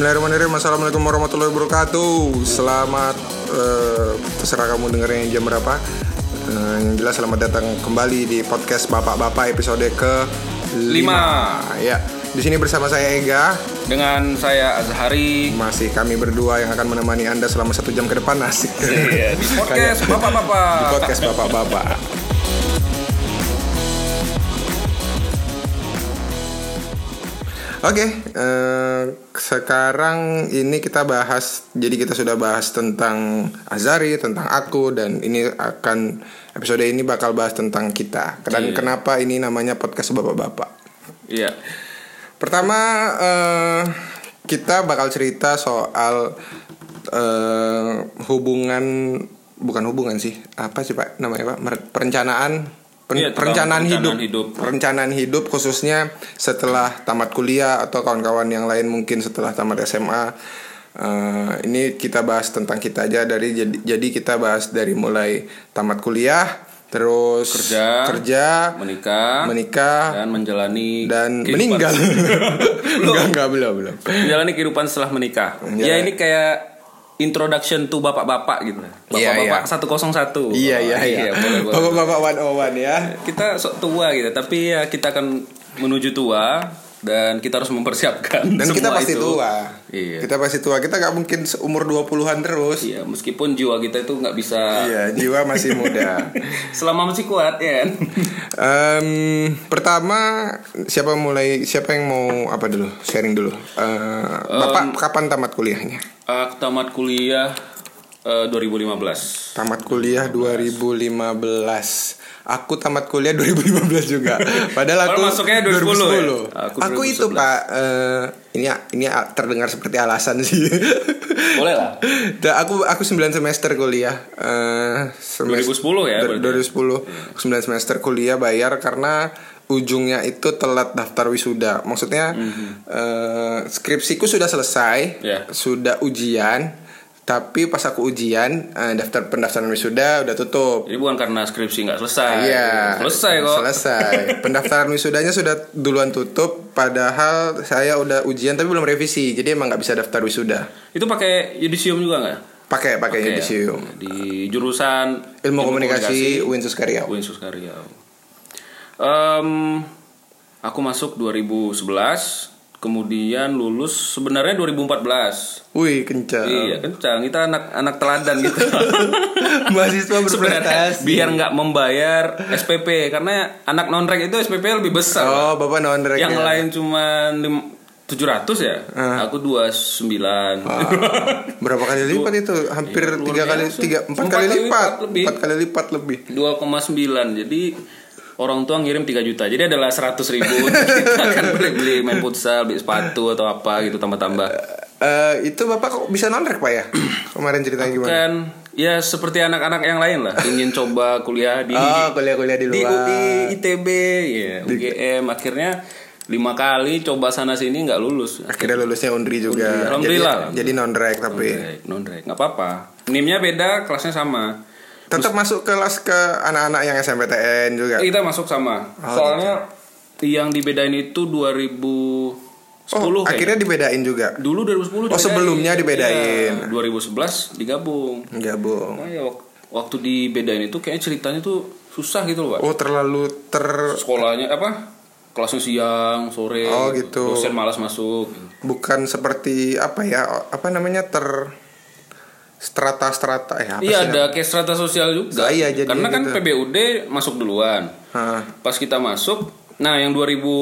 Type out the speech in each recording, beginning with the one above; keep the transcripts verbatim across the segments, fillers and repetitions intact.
Bismillahirrahmanirrahim. Assalamualaikum warahmatullahi wabarakatuh. Selamat uh, terserah kamu dengerin jam berapa. uh, Yang jelas selamat datang kembali di podcast Bapak-Bapak episode ke lima. Ya, di sini bersama saya Ega. Dengan saya Azhari. Masih kami berdua yang akan menemani Anda selama satu jam ke depan. Asik. Iya, di podcast Bapak-Bapak. Di podcast Bapak-Bapak. Oke, okay, uh, sekarang ini kita bahas. Jadi kita sudah bahas tentang Azhari, tentang aku, dan ini akan episode ini bakal bahas tentang kita. Dan yeah. Kenapa ini namanya podcast Bapak-Bapak? Iya. Yeah. Pertama, uh, kita bakal cerita soal uh, hubungan, bukan hubungan sih, apa sih Pak namanya Pak? Perencanaan. Pen- iya, perencanaan, perencanaan hidup. hidup perencanaan hidup khususnya setelah tamat kuliah atau kawan-kawan yang lain mungkin setelah tamat S M A. Uh, ini kita bahas tentang kita aja dari jadi, jadi kita bahas dari mulai tamat kuliah, terus kerja, kerja menikah, menikah dan menjalani dan kehidupan. meninggal. enggak enggak belum belum. Menjalani kehidupan setelah menikah. Menjalani. Ya ini kayak introduction to bapak-bapak gitu. Bapak-bapak seratus satu. Iya iya iya. Bapak-bapak seratus satu ya. Kita sok tua gitu, tapi ya kita akan menuju tua dan kita harus mempersiapkan. Dan kita pasti itu. tua. Iya. Kita pasti tua. Kita enggak mungkin umur dua puluhan terus. Iya, meskipun jiwa kita itu enggak bisa. Iya, jiwa masih muda. Selama masih kuat ya kan. Um, pertama siapa mulai siapa yang mau apa dulu? Sharing dulu. Uh, Bapak um, kapan tamat kuliahnya? Aku tamat kuliah uh, dua ribu lima belas. Tamat kuliah dua ribu lima belas. Aku tamat kuliah dua ribu lima belas juga. Padahal aku masuknya dua ribu sepuluh. dua ribu sepuluh. Ya? Aku, aku itu Pak uh, ini ini terdengar seperti alasan sih. Boleh lah. Aku aku sembilan semester kuliah. Uh, semester, dua ribu sepuluh ya berarti. dua ribu sepuluh. Hmm. sembilan semester kuliah bayar karena ujungnya itu telat daftar wisuda. Maksudnya mm-hmm. uh, skripsiku sudah selesai, yeah. sudah ujian, tapi pas aku ujian uh, daftar pendaftaran wisuda udah tutup. Jadi bukan karena skripsi nggak selesai. Iya. Selesai kok. Selesai. Pendaftaran wisudanya sudah duluan tutup, padahal saya udah ujian tapi belum revisi. Jadi emang nggak bisa daftar wisuda. Itu pakai yudisium juga nggak? Pakai pakai yudisium. Ya. Di jurusan Ilmu, Ilmu Komunikasi, Komunikasi U I N Suskaryau. U I N Suskaryau. Um, aku masuk dua ribu sebelas, kemudian lulus sebenarnya dua ribu empat belas. Wih, kencang. Iya, kencang. Kita anak-anak teladan gitu. Mahasiswa berprestasi. Biar nggak membayar S P P karena anak nonrek itu S P P lebih besar. Oh, Bapak nonrek. Yang ya. lain cuma tujuh ratus ya. Uh. Aku dua puluh sembilan. Uh, berapa kali lipat itu? Hampir ya, tiga kali tiga empat kali lipat. empat kali lipat lebih. dua koma sembilan. Jadi orang tua ngirim tiga juta. Jadi adalah seratus ribu. Kita akan beli main futsal, beli sepatu atau apa gitu tambah-tambah. Uh, itu Bapak kok bisa nonrek Pak ya? Kemarin ceritanya gimana? Kan ya seperti anak-anak yang lain lah. Ingin coba kuliah di oh, kuliah-kuliah di luar. Di U I, I T B, ya, U G M. Akhirnya lima kali coba sana sini nggak lulus. Akhirnya lulusnya Undri juga. Undri. Alhamdulillah. Jadi, jadi nonrek tapi. Nonrek, nonrek. Nggak apa-apa. N I M-nya beda, kelasnya sama. Tetap masuk kelas ke anak-anak yang S M P T N juga. Kita masuk sama. Oh, soalnya gitu. Yang dibedain itu dua ribu sepuluh. Oh, akhirnya dibedain juga. Dulu dua ribu sepuluh. Oh, sebelumnya dibedain. Ya, dua ribu sebelas digabung. Gabung. Nah, ya, waktu dibedain itu kayaknya ceritanya tuh susah gitu loh, Pak. Oh, terlalu ter sekolahnya apa? Kelasnya siang, sore. Oh, gitu. Dosen malas masuk. Bukan seperti apa ya? Apa namanya ter strata-strata ya apa iya sih ada kayak strata sosial juga. Iya, jadi karena kan gitu. P B U D masuk duluan. Ha. Pas kita masuk, nah yang dua ribu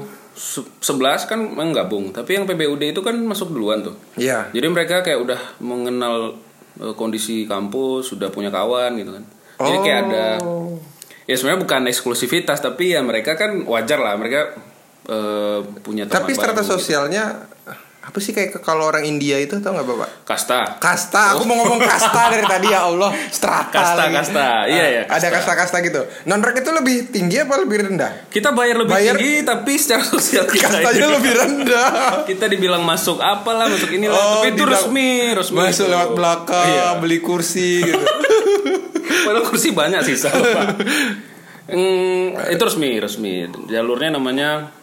sebelas kan menggabung, tapi yang P B U D itu kan masuk duluan tuh. Iya. Jadi mereka kayak udah mengenal uh, kondisi kampus, sudah punya kawan gitu kan. Oh. Jadi kayak ada ya sebenarnya bukan eksklusivitas, tapi ya mereka kan wajar lah mereka uh, punya teman. Tapi strata gitu. Sosialnya apa sih kayak kalau orang India itu tau nggak Bapak? Kasta. Kasta. Aku oh. mau ngomong kasta dari tadi ya Allah. Strata. Kasta lagi. kasta. Iya ya. Ada kasta-kasta gitu. Nonrek itu lebih tinggi apa lebih rendah? Kita bayar lebih bayar, tinggi tapi secara sosial kita kastanya lebih rendah. Kita dibilang masuk apalah, masuk inilah. Oh, tapi itu resmi, resmi. Masuk itu. Lewat belakang, iya. Beli kursi gitu. Padahal kursi banyak sih, Pak. Hmm, itu resmi, resmi. Jalurnya namanya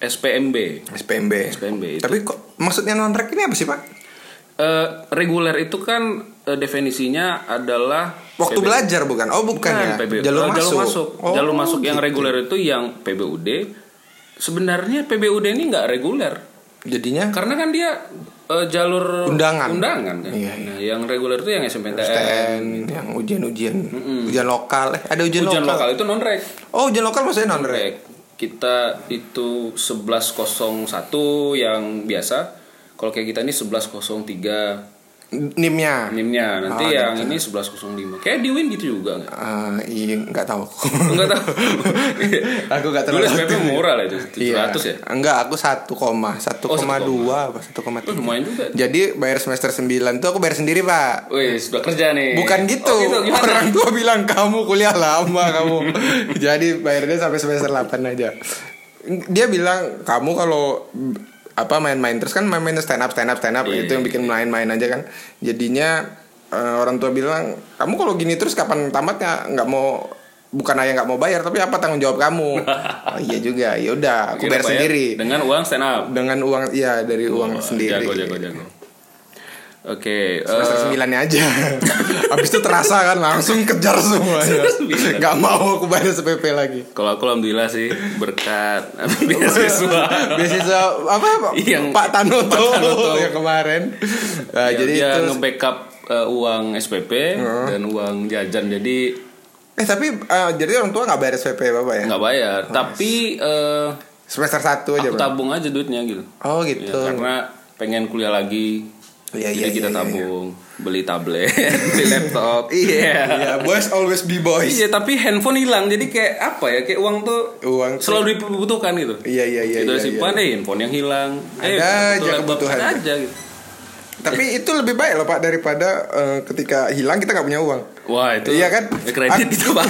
S P M B. S P M B. S P M B itu. Tapi kok maksudnya non rek ini apa sih, Pak? Uh, reguler itu kan uh, definisinya adalah waktu P B. belajar bukan? Oh bukan ya. P B. Jalur, uh, masuk. jalur masuk. Oh, jalur masuk gitu. Yang reguler itu yang P B U D. Sebenarnya P B U D ini nggak reguler. Jadinya? Karena kan dia uh, jalur undangan. Undangan kan. Iya, iya. Nah, yang reguler itu yang S M P T N, S T N yang ujian-ujian, Mm-mm. ujian lokal. Eh, ada ujian, ujian lokal. lokal. Itu non rek. Oh, ujian lokal maksudnya non rek. Kita itu sebelas nol satu yang biasa. Kalau kayak kita ini sebelas nol tiga N I M-nya. N I M-nya. Nanti Oh, yang gitu. ini sebelas nol lima. Kayak di Win gitu juga nggak? Uh, iya, nggak tahu. Enggak tahu. Aku nggak Dulu terlalu. S P P murah lah itu, tujuh ratus Iya. ya? Enggak, aku satu koma satu koma dua apa satu koma Oh, tiga. lumayan juga. Jadi bayar semester sembilan tuh aku bayar sendiri, Pak. Wih, sudah kerja nih. Bukan gitu. Oh, gitu. Gimana? Orang tua bilang kamu kuliah lama kamu. Jadi bayarnya sampai semester delapan aja. Dia bilang kamu kalau apa main-main terus kan main-main stand up stand up stand up Iya, itu yang bikin main-main aja kan. Jadinya uh, orang tua bilang kamu kalau gini terus kapan tamatnya? Nggak mau, bukan ayah nggak mau bayar tapi apa tanggung jawab kamu? Oh, iya juga. Ya udah aku bayar, bayar sendiri dengan uang stand up. Dengan uang iya dari oh, uang sendiri. Jago jago jago. Oke, okay, semester uh, sembilannya aja. Habis itu terasa kan langsung kejar semuanya. Gak mau aku bayar S P P lagi. Kalau aku alhamdulillah sih berkat beasiswa. Beasiswa apa yang Pak Tanoto, Pak Tanoto. yang kemarin. Nah, ya, jadi dia itu nge-backup uh, uang S P P uh. dan uang jajan. Jadi eh tapi uh, jadi orang tua nggak bayar S P P Bapak ya? Nggak bayar, oh, tapi uh, semester satu aja. Aku bro. Tabung aja duitnya gitu. Oh gitu. Ya, karena pengen kuliah lagi. Iya, jadi iya, kita iya, tabung, iya. beli tablet, beli laptop. Iya. Yeah. Boys always be boys. Iya, tapi handphone hilang. Jadi kayak apa ya? Kayak uang tuh uang selalu dibutuhkan gitu. Iya iya iya. Itu iya, simpan iya. eh handphone yang hilang. Ada eh, aja kebutuhan. Ada aja gitu. Tapi itu lebih baik loh Pak daripada uh, ketika hilang kita nggak punya uang. Wah itu. Iya kan? Ya, kredit aku, itu Pak.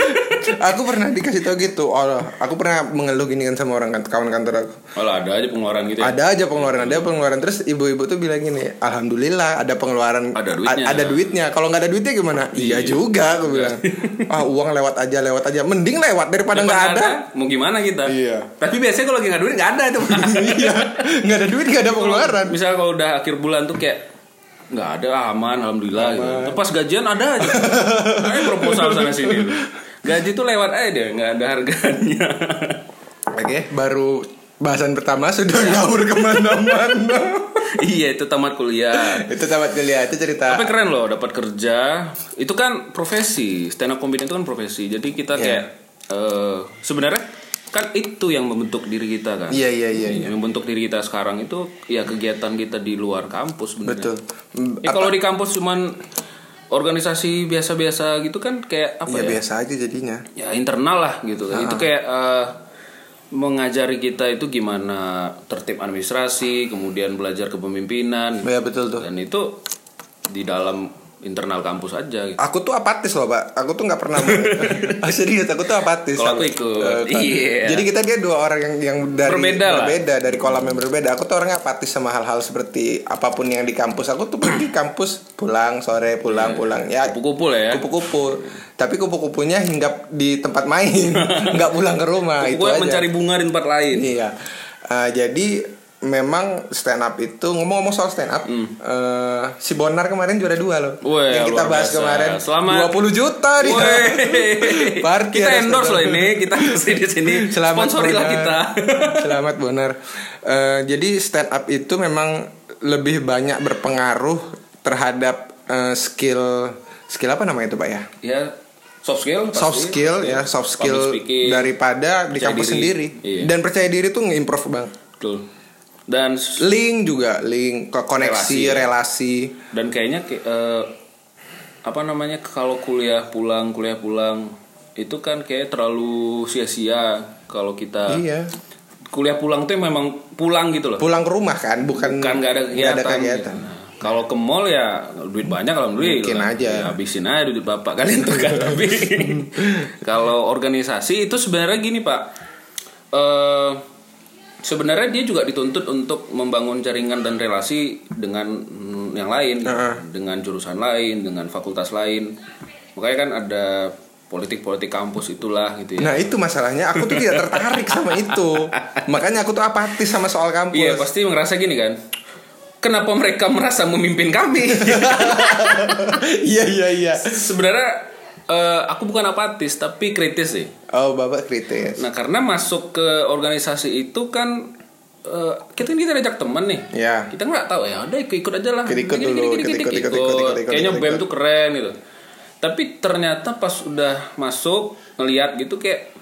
Aku pernah dikasih tau gitu. Oh, aku pernah mengeluh gini kan sama orang kan kawan kantor aku. Oh ada aja pengeluaran gitu. Ya? Ada aja pengeluaran, ada pengeluaran terus ibu-ibu tuh bilang gini, alhamdulillah ada pengeluaran, ada duitnya. A- ada duitnya. Kalau nggak ada duitnya gimana? Iya, iya juga, aku bilang. Ah uang lewat aja, lewat aja. Mending lewat daripada nggak ada. ada. Mau gimana kita? Iya. Tapi biasanya kalau lagi nggak ada duit nggak ada itu. Iya. Nggak ada duit nggak ada pengeluaran. Misalnya kalau udah akhir bulan tuh kayak nggak ada aman, alhamdulillah. Gitu. Pas gajian ada aja. Kayak proposal sana sini. Gaji tuh lewat aja deh, nggak ada harganya. Oke, baru bahasan pertama sudah ngawur kemana-mana. Iya itu tamat kuliah. Itu tamat kuliah itu cerita. Tapi keren loh, dapat kerja. Itu kan profesi, stand up comedian itu kan profesi. Jadi kita yeah. kayak uh, sebenarnya kan itu yang membentuk diri kita kan. Iya iya iya. Yang membentuk diri kita sekarang itu ya kegiatan kita di luar kampus bener. Betul. Ya kalau di kampus cuman organisasi biasa-biasa gitu kan kayak apa ya? Ya biasa aja jadinya. Ya internal lah gitu. Ha-ha. Itu kayak uh, mengajari kita itu gimana tertib administrasi, kemudian belajar kepemimpinan. Ya betul tuh. Dan itu di dalam internal kampus aja gitu. Aku tuh apatis loh Pak. Aku tuh nggak pernah. Serius aku tuh apatis. Kalau aku ikut. Uh, iya. Jadi kita dia dua orang yang yang dari berbeda, berbeda dari kolam yang berbeda. Aku tuh orangnya apatis sama hal-hal seperti apapun yang di kampus. Aku tuh pergi kampus pulang sore pulang yeah. pulang ya. Kupu-kupu lah ya. Kupu-kupu. Tapi kupu-kupunya hinggap di tempat main, nggak pulang ke rumah. Kupu-kupu itu aja. Mencari bunga di tempat lain. Iya. Uh, jadi memang stand up itu ngomong-ngomong soal stand up, mm. uh, si Bonar kemarin juara dua loh. Wey, yang kita bahas biasa. Kemarin. Selamat. dua puluh juta dia. Kita endorse loh ini, kita kasih di sini. Sponsori lah kita. Selamat Bonar. Uh, jadi stand up itu memang lebih banyak berpengaruh terhadap uh, skill skill apa namanya itu Pak ya? Ya. Soft skill, soft skill ya, soft skill daripada di kampus sendiri. Iya. Dan percaya diri tuh nge-improve bang. Betul. Dan link juga, link koneksi, relasi, relasi. Dan kayaknya uh, apa namanya kalau kuliah pulang, kuliah pulang itu kan kayak terlalu sia-sia kalau kita. Iya. Kuliah pulang tuh memang pulang gitu loh. Pulang ke rumah kan, bukan kan nggak ada kegiatan. Ada kegiatan. Gitu. Nah, kalau ke mall ya duit banyak alhamdulillah. Mungkin aja. Ya, habisin aja duit bapak kalian tuh kan. Tapi kalau organisasi itu sebenarnya gini Pak. Uh, Sebenarnya dia juga dituntut untuk membangun jaringan dan relasi dengan yang lain, uh-huh. dengan jurusan lain, dengan fakultas lain. Makanya kan ada politik-politik kampus itulah gitu ya. Nah itu masalahnya, aku tuh tidak tertarik sama itu. Makanya aku tuh apatis sama soal kampus. Iya pasti ngerasa gini kan, kenapa mereka merasa memimpin kami? Iya iya iya. Sebenarnya uh, aku bukan apatis tapi kritis sih. Oh bapak kritis. Nah karena masuk ke organisasi itu kan uh, kita kita ajak teman nih. Ya. Kita nggak tahu ya, udah ikut-ikut aja lah. Ikut dulu, ikut ikut ikut ikut. Kayaknya B E M tuh keren gitu. Tapi ternyata pas udah masuk ngelihat gitu kayak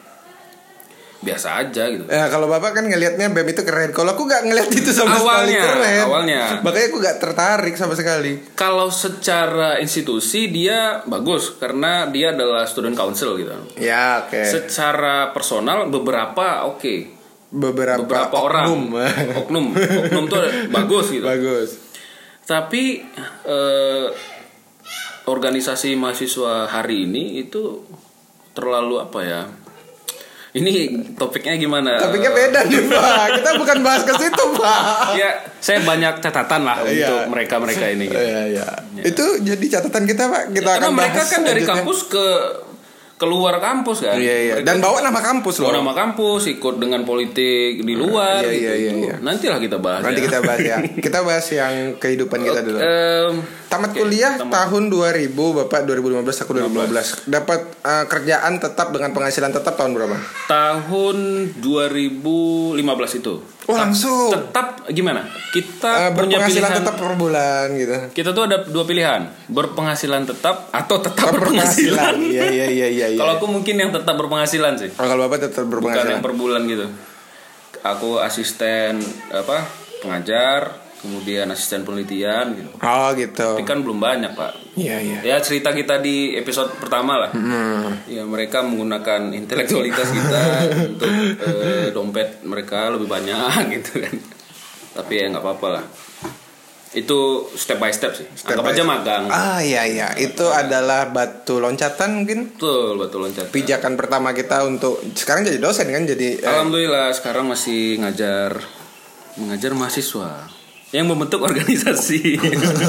biasa aja gitu. Ya kalau bapak kan ngelihatnya B E M itu keren. Kalau aku nggak ngelihat itu sama awalnya, sekali keren. Awalnya. Makanya aku nggak tertarik sama sekali. Kalau secara institusi dia bagus karena dia adalah student council gitu. Ya oke. Okay. Secara personal beberapa oke. Okay. Beberapa, beberapa oknum. orang oknum oknum tuh bagus gitu. Bagus. Tapi eh, organisasi mahasiswa hari ini itu terlalu apa ya? Ini topiknya gimana? Topiknya beda nih Pak. Kita bukan bahas ke situ Pak. Ya, saya banyak catatan lah iya. untuk mereka-mereka ini. Gitu. Iya, iya. Ya. Itu jadi catatan kita Pak. Kita ya, akan bahas. Mereka kan dari kampus ke keluar kampus kan. Iya, iya. Dan bawa nama kampus loh. Bawa nama kampus, ikut dengan politik di luar. Iya, gitu. iya, iya, iya. Nantilah kita bahas. Nanti ya. kita bahas ya. Kita bahas yang kehidupan kita dulu. Um, Tamat okay, kuliah tamat. tahun dua ribu, Bapak dua ribu lima belas, aku dua ribu lima belas. Dapat uh, kerjaan tetap dengan penghasilan tetap tahun berapa? Tahun dua ribu lima belas itu. Oh, langsung. Tetap gimana? Kita uh, punya berpenghasilan pilihan tetap per bulan gitu. Kita tuh ada dua pilihan, berpenghasilan tetap atau tetap, tetap berpenghasilan. Iya iya iya iya. Ya. Kalau aku mungkin yang tetap berpenghasilan sih. Oh, kalau Bapak tetap berpenghasilan. Bukan yang per bulan gitu. Aku asisten apa? Pengajar, kemudian asisten penelitian gitu. Oh gitu. Tapi kan belum banyak Pak. Iya iya. Ya cerita kita di episode pertama lah. Hmm. Ya mereka menggunakan intelektualitas kita untuk eh, dompet mereka lebih banyak gitu kan. Tapi ya nggak apa-apa lah. Itu step by step sih. Step Anggap aja step. Magang. Ah iya iya. Itu magang. Adalah batu loncatan mungkin. Betul, batu loncatan. Pijakan pertama kita untuk sekarang jadi dosen kan jadi. Alhamdulillah eh. sekarang masih ngajar mengajar mahasiswa yang membentuk organisasi.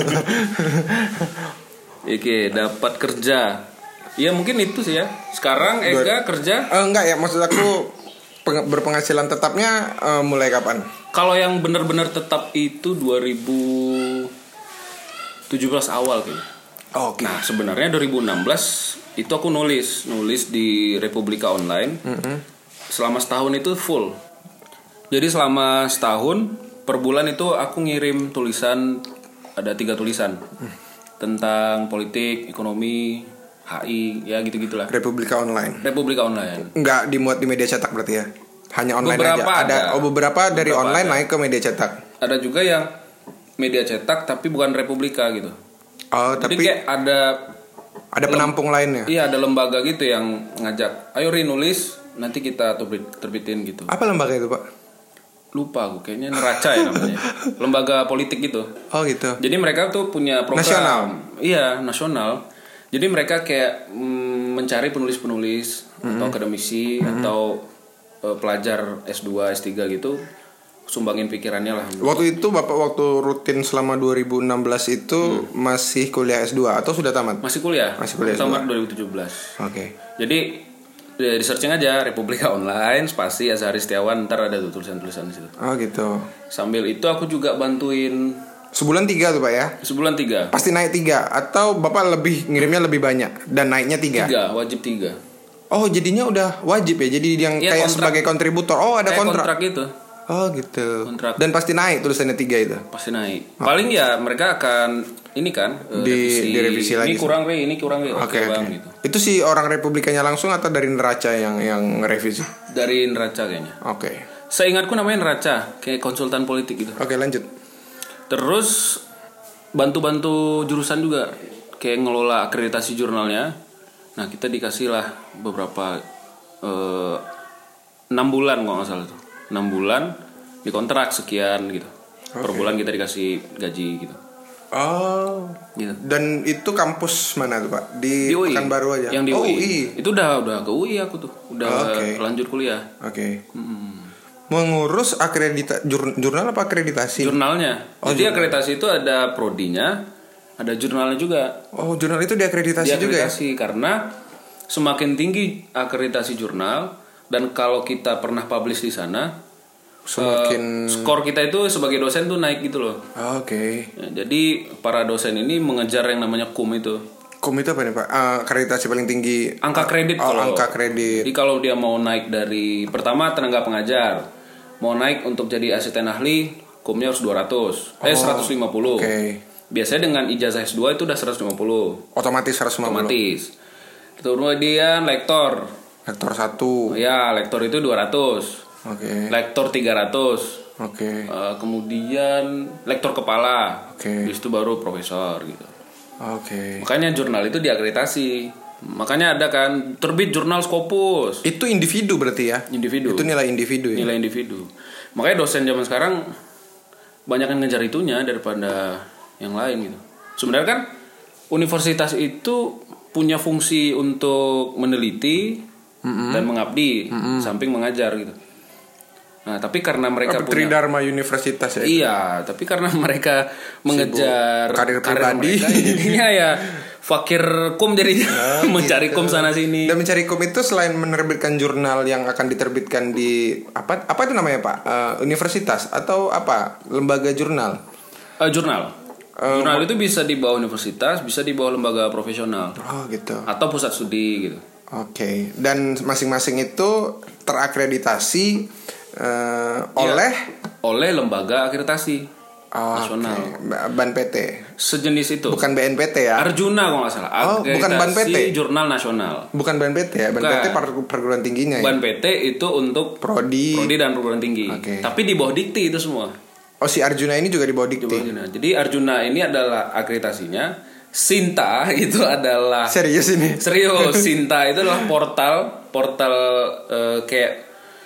Oke, dapat kerja. Ya mungkin itu sih ya. Sekarang Ega kerja? Uh, enggak ya, maksud aku peng- berpenghasilan tetapnya uh, mulai kapan? Kalau yang benar-benar tetap itu dua ribu tujuh belas awal kayaknya. Oh, okay. Nah, sebenarnya dua ribu enam belas itu aku nulis, nulis di Republika Online. Mm-hmm. Selama setahun itu full. Jadi selama setahun per bulan itu aku ngirim tulisan, ada tiga tulisan hmm. tentang politik, ekonomi, H I, ya gitu-gitulah. Republika Online. Republika Online. Enggak dimuat di media cetak berarti ya? Hanya online beberapa aja. Ada, ada. Oh beberapa dari beberapa online ada. Naik ke media cetak. Ada juga yang media cetak tapi bukan Republika gitu. Oh Jadi tapi kayak ada ada penampung lem- lainnya. Iya ada lembaga gitu yang ngajak, ayo Ri nulis, nanti kita terbitin gitu. Apa lembaga itu Pak? Lupa aku, kayaknya Neraca ya namanya. Lembaga politik gitu. Oh gitu. Jadi mereka tuh punya program nasional. Iya, nasional. Jadi mereka kayak mm, mencari penulis-penulis mm-hmm. atau akademisi mm-hmm. atau uh, pelajar S dua, S tiga gitu, sumbangin pikirannya lah. Waktu itu Bapak waktu rutin selama dua ribu enam belas itu hmm. masih kuliah S dua atau sudah tamat? Masih kuliah. Masih kuliah. Tamat dua ribu tujuh belas. Oke. Okay. Jadi di searching aja Republika Online spasi Azhari Setiawan, ntar ada tuh tulisan-tulisan di situ. Oh gitu. Sambil itu aku juga bantuin. Sebulan tiga tuh Pak ya? Sebulan tiga. Pasti naik tiga atau Bapak lebih ngirimnya lebih banyak dan naiknya tiga? Tiga, wajib tiga. Oh jadinya udah wajib ya? Jadi yang ya, kayak kontrak, sebagai kontributor. Oh ada kontrak. kontrak gitu. Oh gitu. Kontrak. Dan pasti naik tulisannya tiga itu. Pasti naik. Oh. Paling ya mereka akan ini kan di revisi, direvisi lagi. Ini kurang re, ini kurang re. Oke. Okay, okay. Gitu. Itu si orang Republikanya langsung atau dari Neraca yang yang revisi? Dari Neraca kayaknya. Oke. Okay. Seingatku namanya Neraca, kayak konsultan politik gitu. Oke okay, lanjut. Terus bantu-bantu jurusan juga, kayak ngelola akreditasi jurnalnya. Nah kita dikasih lah beberapa eh, enam bulan kalau nggak salah tuh. enam bulan dikontrak sekian gitu. Okay. Per bulan kita dikasih gaji gitu. Oh. Gitu. Dan itu kampus mana tuh Pak? Di, di U I. Pekanbaru aja. Yang di oh, U I. U I. Itu udah udah ke U I aku tuh. Udah okay. lanjut kuliah. Oke. Okay. Hmm. Mengurus akreditasi jur, jurnal apa akreditasi? Jurnalnya. Oh, Jadi jurnal. akreditasi itu ada prodinya, ada jurnalnya juga. Oh, jurnal itu diakreditasi, diakreditasi juga ya? Diakreditasi karena semakin tinggi akreditasi jurnal dan kalau kita pernah publish di sana, semakin uh, skor kita itu sebagai dosen tuh naik gitu loh. Oke. Okay. Ya, jadi para dosen ini mengejar yang namanya K U M itu. K U M itu apa nih Pak? Uh, akreditasi paling tinggi. Angka kredit oh, kalau. Angka kredit. Jadi kalau dia mau naik dari pertama tenaga pengajar, mau naik untuk jadi asisten ahli, K U M-nya harus dua ratus, oh, eh seratus lima puluh. Oke. Okay. Biasanya dengan ijazah S dua itu udah seratus lima puluh. Otomatis seratus lima puluh. Otomatis. Kemudian lektor. Lektor satu. Ya, lektor itu dua ratus. Oke. Okay. Lektor tiga ratus. Oke. Okay. Uh, kemudian lektor kepala. Oke. Okay. Habis itu baru profesor gitu. Oke. Okay. Makanya jurnal itu diakreditasi. Makanya ada kan terbit jurnal Scopus. Itu individu berarti ya? Individu. Itu nilai individu ya? Nilai individu. Makanya dosen zaman sekarang banyak yang ngejar itunya daripada yang lain gitu. Sebenarnya kan universitas itu punya fungsi untuk meneliti mm-hmm. dan mengabdi mm-hmm. samping mengajar gitu. Nah, tapi karena mereka Apa, punya Tridharma Universitas ya. Iya, tapi karena mereka mengejar karir pribadi, jadinya ya fakir kum jadinya oh, mencari gitu. kum sana sini. Dan mencari kum itu selain menerbitkan jurnal yang akan diterbitkan di apa apa itu namanya Pak? Uh, universitas atau apa? Lembaga jurnal? Uh, jurnal. Uh, jurnal itu bisa di bawah universitas, bisa di bawah lembaga profesional. Oh, gitu. Atau pusat studi gitu. Oke. Okay. Dan masing-masing itu terakreditasi uh, oleh ya, oleh lembaga akreditasi oh, nasional. Okay. B A N P T. Sejenis itu. Bukan B N P T ya? Arjuna kalau nggak salah. Oh, bukan B A N P T. Jurnal nasional. Bukan B A N P T ya? B A N P T per- perguruan tingginya ya? B A N P T itu untuk prodi, prodi dan perguruan tinggi. Okay. Tapi di bawah dikti itu semua. Oh, si Arjuna ini juga di bawah dikti. Arjuna. Jadi Arjuna ini adalah akreditasinya. Sinta itu adalah serius ini. Serius. Sinta itu adalah portal portal uh, kayak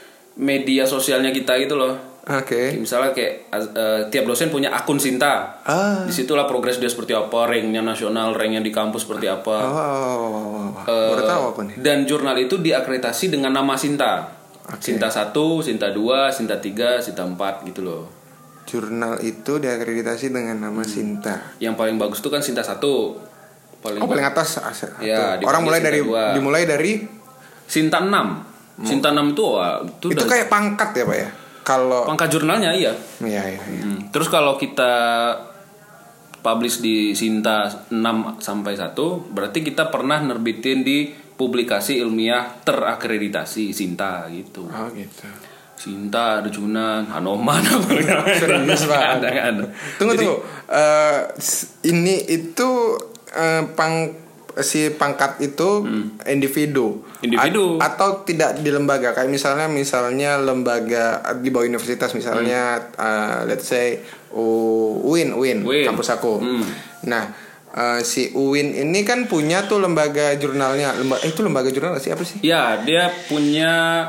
media sosialnya kita gitu loh. Oke. Okay. Misalnya kayak uh, tiap dosen punya akun Sinta. Ah. Disitulah progres dia seperti apa, ranknya nasional, ranknya di kampus seperti apa. Oh, oh, oh, oh. Uh, Baru tahu apa nih. Dan jurnal itu diakreditasi dengan nama Sinta. Okay. Sinta satu, Sinta dua, Sinta tiga, Sinta empat gitu loh. Jurnal itu diakreditasi dengan nama hmm. Sinta. Yang paling bagus itu kan Sinta satu. Paling oh, paling atas. Ya, orang mulai dari dua. dimulai dari Sinta enam. Hmm. Sinta enam itu wah, itu, itu kayak pangkat ya, Pak ya? Kalau pangkat jurnalnya iya. Iya, iya, iya. Hmm. Terus kalau kita publish di Sinta enam sampai satu, berarti kita pernah nerbitin di publikasi ilmiah terakreditasi Sinta gitu. Oh, gitu. Sinta, Arjuna, Hanoman apa serius Pak. Ada, ada. Tunggu Jadi, tunggu. Uh, ini itu uh, pang si pangkat itu hmm. individu. Individu. A- atau tidak di lembaga kayak misalnya misalnya lembaga di bawah universitas misalnya hmm. uh, let's say U I N U I N, U I N. Kampus aku. Hmm. Nah, uh, si U I N ini kan punya tuh lembaga jurnalnya. Lembaga eh, itu lembaga jurnal sih apa sih? Ya, dia punya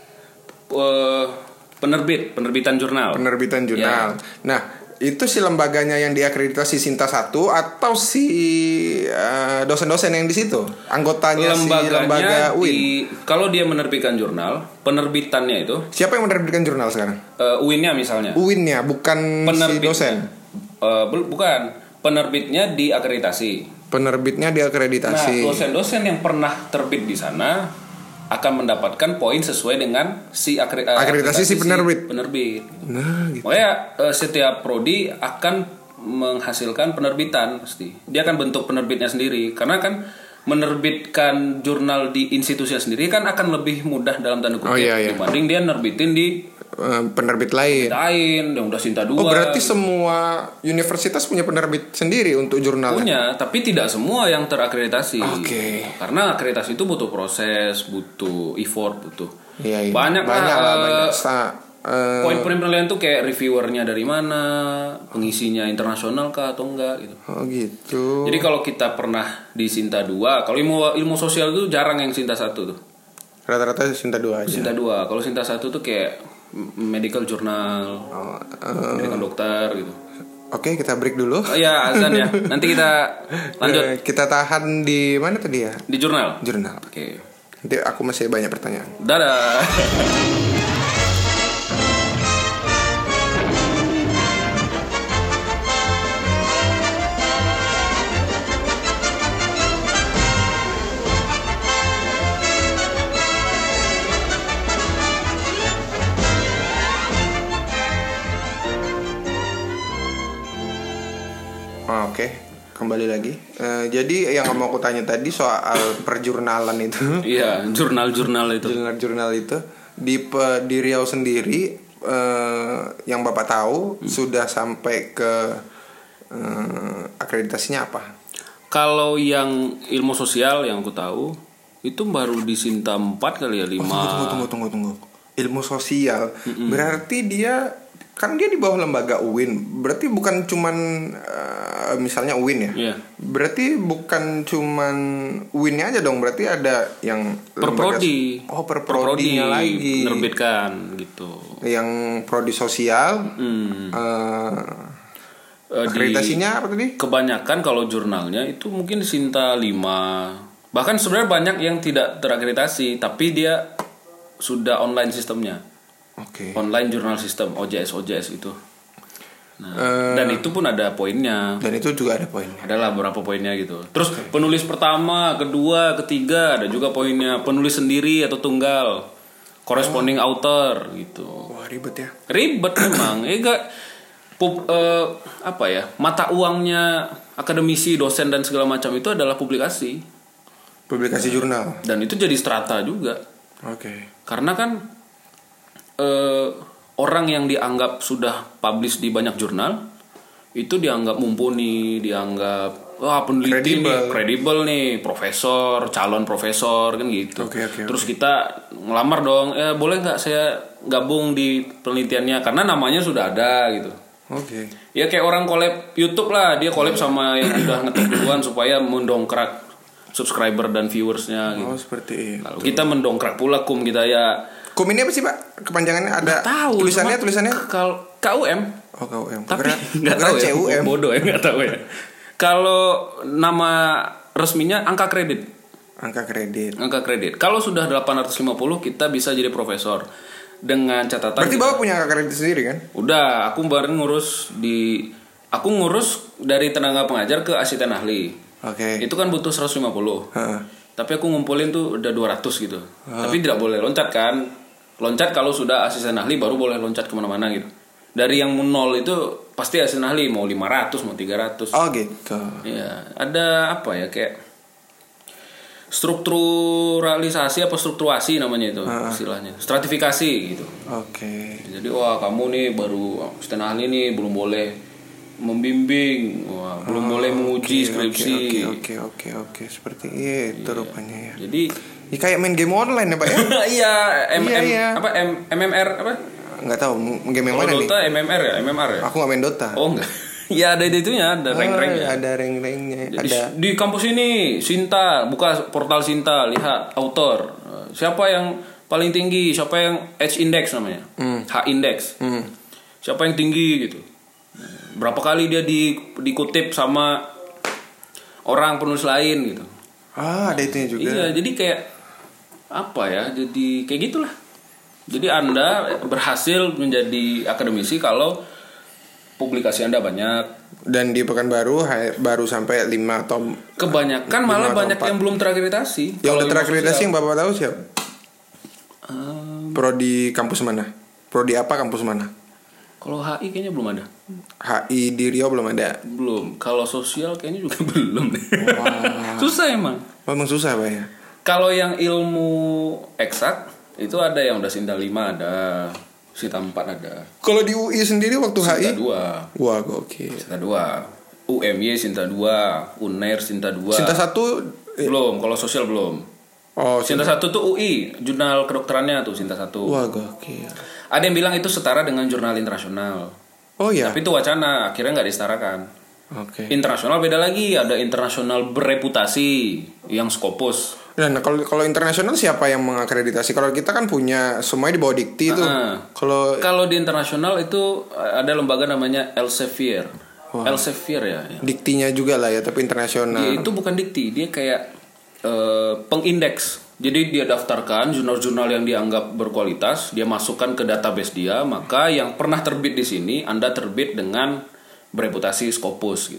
Uh, penerbit, penerbitan jurnal. Penerbitan jurnal. Ya. Nah, itu si lembaganya yang diakreditasi Sinta satu atau si uh, dosen-dosen yang di situ? Anggotanya lembaganya si lembaga U I N. Di, kalau dia menerbitkan jurnal, penerbitannya itu. Siapa yang menerbitkan jurnal sekarang? Uh, U I N-nya misalnya. U I N-nya bukan Penerbit, si dosen. Uh, bukan. Penerbitnya diakreditasi. Penerbitnya diakreditasi. Nah, dosen-dosen yang pernah terbit di sana akan mendapatkan poin sesuai dengan si akre- akreditasi, akreditasi si penerbit. Si penerbit. Nah, gitu. Makanya uh, setiap prodi akan menghasilkan penerbitan pasti. Dia akan bentuk penerbitnya sendiri karena kan menerbitkan jurnal di institusinya sendiri kan akan lebih mudah dalam tanda kutip oh, iya, iya. dibanding dia nerbitin di uh, penerbit lain. Lain yang udah Sinta dua. Oh, berarti semua universitas punya penerbit sendiri untuk jurnal. Punya, tapi tidak semua yang terakreditasi. Oke. Okay. Karena akreditasi itu butuh proses, butuh effort, butuh. Iya, iya. Banyak, banyak lah, uh, banyak. Sa- Uh, poin-poin penilaian tuh kayak reviewernya dari mana, pengisinya internasional kah atau enggak gitu. Oh gitu. Jadi kalau kita pernah di Sinta dua, kalau ilmu ilmu sosial tuh jarang yang Sinta satu tuh. Rata-rata Sinta dua aja. Sinta dua. Kalau Sinta satu tuh kayak medical journal, oh, uh, medical dokter gitu. Oke, kita break dulu. Oh ya, azan ya. Nanti kita lanjut. Kita tahan di mana tadi ya? Di jurnal. Jurnal. Oke. Nanti aku masih banyak pertanyaan. Dadah. kembali lagi. Uh, jadi yang mau aku tanya tadi soal perjurnalan itu. Iya, jurnal-jurnal itu. Jurnal-jurnal itu di di Riau sendiri uh, yang Bapak tahu hmm. sudah sampai ke uh, akreditasinya apa? Kalau yang ilmu sosial yang aku tahu itu baru di Sinta empat kali ya, lima. Oh, tunggu tunggu tunggu tunggu. Ilmu sosial. Mm-mm. Berarti dia kan dia di bawah lembaga U I N. Berarti bukan cuman uh, misalnya U I N ya. Yeah. Berarti bukan cuman U I N-nya aja dong. Berarti ada yang perprodi. Oh, perprodinya per lagi. Menerbitkan gitu. Yang prodi sosial. Hmm. Uh, akreditasinya apa tadi? Kebanyakan kalau jurnalnya itu mungkin Sinta lima. Bahkan sebenarnya banyak yang tidak terakreditasi tapi dia sudah online sistemnya. Oke. Okay. Online jurnal sistem O J S O J S itu. Nah, uh, dan itu pun ada poinnya. Dan itu juga ada poinnya. Adalah beberapa poinnya gitu. Terus okay. penulis pertama, kedua, ketiga ada juga poinnya. Penulis sendiri atau tunggal. Corresponding oh. author gitu. Wah, ribet ya. Ribet memang. Eh enggak pub, uh, apa ya? Mata uangnya akademisi, dosen dan segala macam itu adalah publikasi. Publikasi nah, jurnal. Dan itu jadi strata juga. Oke. Okay. Karena kan eh, orang yang dianggap sudah publish di banyak jurnal itu dianggap mumpuni, dianggap wah peneliti nih, kredibel nih, profesor, calon profesor kan gitu. Okay, okay, Terus okay. kita ngelamar dong, eh boleh nggak saya gabung di penelitiannya karena namanya sudah ada gitu. Oke. Okay. Ya kayak orang collab YouTube lah, dia collab sama yang udah ngetop duluan supaya mendongkrak subscriber dan viewersnya gitu. Oh seperti itu. Kalau kita mendongkrak pula kum kita ya. Kum ini apa sih Pak? Kepanjangannya ada tahu, tulisannya tulisannya kalau K U M. Oh K U M. Tapi nggak tahu ya. C U M. Bodoh ya nggak tahu ya. Kalau nama resminya angka kredit. Angka kredit. Angka kredit. Kalau sudah delapan ratus lima puluh kita bisa jadi profesor. Dengan catatan. Berarti Bapak punya angka kredit sendiri kan? Udah, aku bareng ngurus di aku ngurus dari tenaga pengajar ke asisten ahli. Oke. Okay. Itu kan butuh seratus lima puluh. Uh. Tapi aku ngumpulin tuh udah dua ratus gitu. Uh. Tapi tidak boleh loncat kan. Loncat kalau sudah asisten ahli baru boleh loncat kemana-mana gitu. Dari yang nol itu pasti asisten ahli mau lima ratus, mau tiga ratus. Oh gitu. Iya, ada apa ya kayak strukturalisasi apa strukturasi namanya itu uh. istilahnya. Stratifikasi gitu. Oke. Okay. Jadi wah kamu nih baru asisten ahli nih belum boleh membimbing, wah, oh, belum boleh menguji okay, skripsi. Oke oke oke oke seperti itu yeah. rupanya ya. Jadi ya, kayak main game online ya Pak ya? Iya, M iya, M iya. apa M MMR apa? Enggak tahu game yang mana nih? Dota M M R ya, M M R ya. Aku nggak main Dota. Oh enggak. Ya ada itunya, ada oh, rank-ranknya. Ada rank-ranknya. Jadi, ada. Di kampus ini Sinta, buka portal Sinta, lihat author. Siapa yang paling tinggi, siapa yang H index namanya, hmm. H index. Hmm. Siapa yang tinggi gitu. Berapa kali dia di, dikutip sama orang penulis lain gitu. Ah, ada itunya juga. Iya, jadi kayak apa ya? Jadi kayak gitulah. Jadi Anda berhasil menjadi akademisi kalau publikasi Anda banyak. Dan di Pekanbaru baru sampai lima tom. Kebanyakan malah banyak yang belum terakreditasi. Yang udah terakreditasi yang Bapak tahu siapa? Um, Prodi kampus mana? Prodi apa kampus mana? Kalau H I kayaknya belum ada. H I di Riau belum ada. Belum. Kalau sosial kayaknya juga belum. Wow. Susah emang. Memang susah Pak ya. Kalau yang ilmu eksak itu ada yang udah Sinta lima ada, Sinta empat ada. Kalau di U I sendiri waktu Sinta H I? Sinta dua. Wah, gokil. Sinta dua. U M Y Sinta dua, U N E R Sinta dua. Sinta satu belum, kalau sosial belum. Oh, Sinta satu tuh U I, jurnal kedokterannya tuh Sinta satu. Wah, gokil. Ada yang bilang itu setara dengan jurnal internasional. Oh iya. Tapi itu wacana, akhirnya nggak disetarakan. Oke. Okay. Internasional beda lagi, ada internasional bereputasi yang Scopus. Nah, kalau kalau internasional siapa yang mengakreditasi? Kalau kita kan punya semuanya di bawah dikti itu. Uh-huh. Kalau kalau di internasional itu ada lembaga namanya Elsevier. Wow. Elsevier ya. Diktinya juga lah ya, tapi internasional. Dia itu bukan dikti, dia kayak uh, pengindeks. Jadi dia daftarkan jurnal-jurnal yang dianggap berkualitas, dia masukkan ke database dia, maka yang pernah terbit di sini Anda terbit dengan bereputasi Scopus gitu.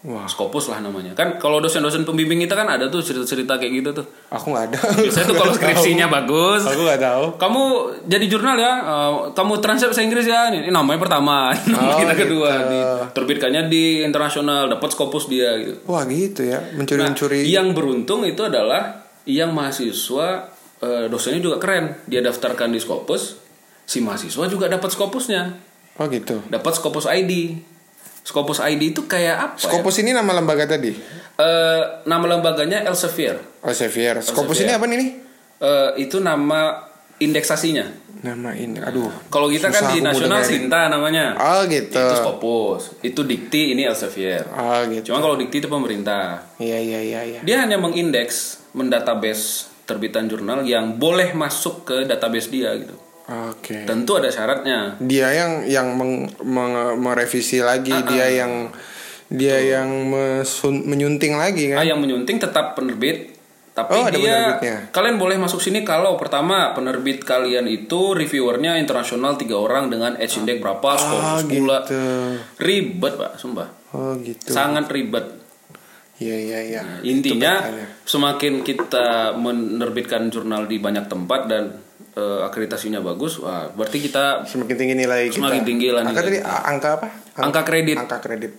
Wah. Scopus lah namanya. Kan kalau dosen-dosen pembimbing kita kan ada tuh cerita-cerita kayak gitu tuh. Aku nggak ada. Biasanya tuh kalau skripsinya bagus. Aku nggak tahu. Kamu jadi jurnal ya, uh, kamu transkrip bahasa Inggris ya. Ini, ini namanya pertama, nama Oh, kita gitu. kedua. Diterbitkannya di internasional, dapat Scopus dia gitu. Wah gitu ya, mencuri-mencuri. Nah, yang beruntung itu adalah yang mahasiswa uh, dosennya juga keren. Dia daftarkan di Scopus, si mahasiswa juga dapat Scopusnya. Oh gitu. Dapat Scopus I D. Scopus I D itu kayak apa? Scopus ya? ini nama lembaga tadi? Uh, nama lembaganya Elsevier. Elsevier. Scopus Elsevier. ini apa nih? Uh, itu nama indeksasinya. Nama ini, aduh. Kalau kita kan di nasional Sinta namanya. Oh gitu. Itu Scopus. Itu Dikti, ini Elsevier. Oh gitu. Cuma kalau Dikti itu pemerintah. Iya iya iya. iya. Dia hanya mengindeks, mendatabase terbitan jurnal yang boleh masuk ke database dia gitu. Oke. Tentu ada syaratnya. Dia yang yang meng, meng, merevisi lagi, uh-uh. dia yang dia Tuh. yang mesun, menyunting lagi kan. Ah, yang menyunting tetap penerbit. Tapi oh, dia kalian boleh masuk sini kalau pertama penerbit kalian itu reviewernya internasional tiga orang dengan edge index berapa, skor oh, pula. Gitu. Ribet, Pak, sumpah. Oh, gitu. Sangat ribet. Iya iya iya. Nah, intinya semakin kita menerbitkan jurnal di banyak tempat dan uh, akreditasinya bagus, wah berarti kita semakin tinggi nilai kita. Semakin tinggi lah angka nilai. Tadi angka apa? Angka, angka kredit. Angka kredit.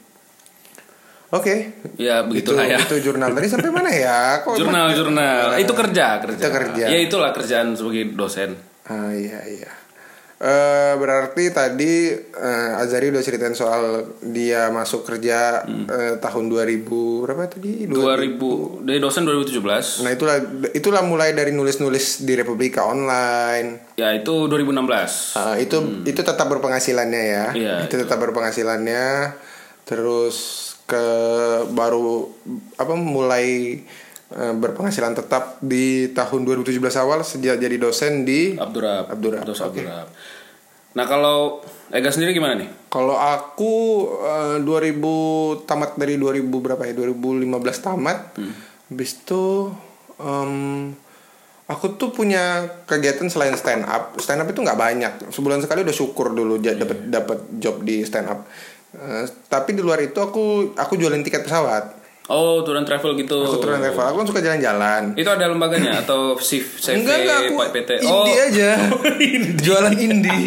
Oke. Okay. Ya begitulah ya. Itu jurnal tadi sampai mana ya? Kok jurnal jurnal. Itu kerja kerja. Itu kerja. Ya itulah kerjaan sebagai dosen. Ah iya iya. Uh, berarti tadi uh, Azari udah ceritain soal dia masuk kerja hmm. uh, tahun dua ribu berapa tadi? dua ribu dari dosen dua ribu tujuh belas. Nah, itulah itulah mulai dari nulis-nulis di Republika Online. Ya, itu dua ribu enam belas. Uh, itu hmm. itu tetap berpenghasilannya ya. Ya itu, itu tetap berpenghasilannya. Terus ke baru apa mulai uh, berpenghasilan tetap di tahun dua ribu tujuh belas awal sejak jadi dosen di Abdurrahab. Abdurrahab. Okay. Nah, kalau Ega sendiri gimana nih? Kalau aku uh, dua ribu tamat dari dua ribu berapa ya? dua ribu lima belas tamat. Hmm. Habis itu um, aku tuh punya kegiatan selain stand up. Stand up itu nggak banyak. Sebulan sekali udah syukur dulu yeah. dapat dapat job di stand up. Uh, tapi di luar itu aku aku jualin tiket pesawat. Oh, tour and travel gitu. Aku tour and travel. Aku kan suka jalan-jalan. Itu ada lembaganya atau C V, enggak, enggak, aku P T? Oh, indie aja. Jualan indie.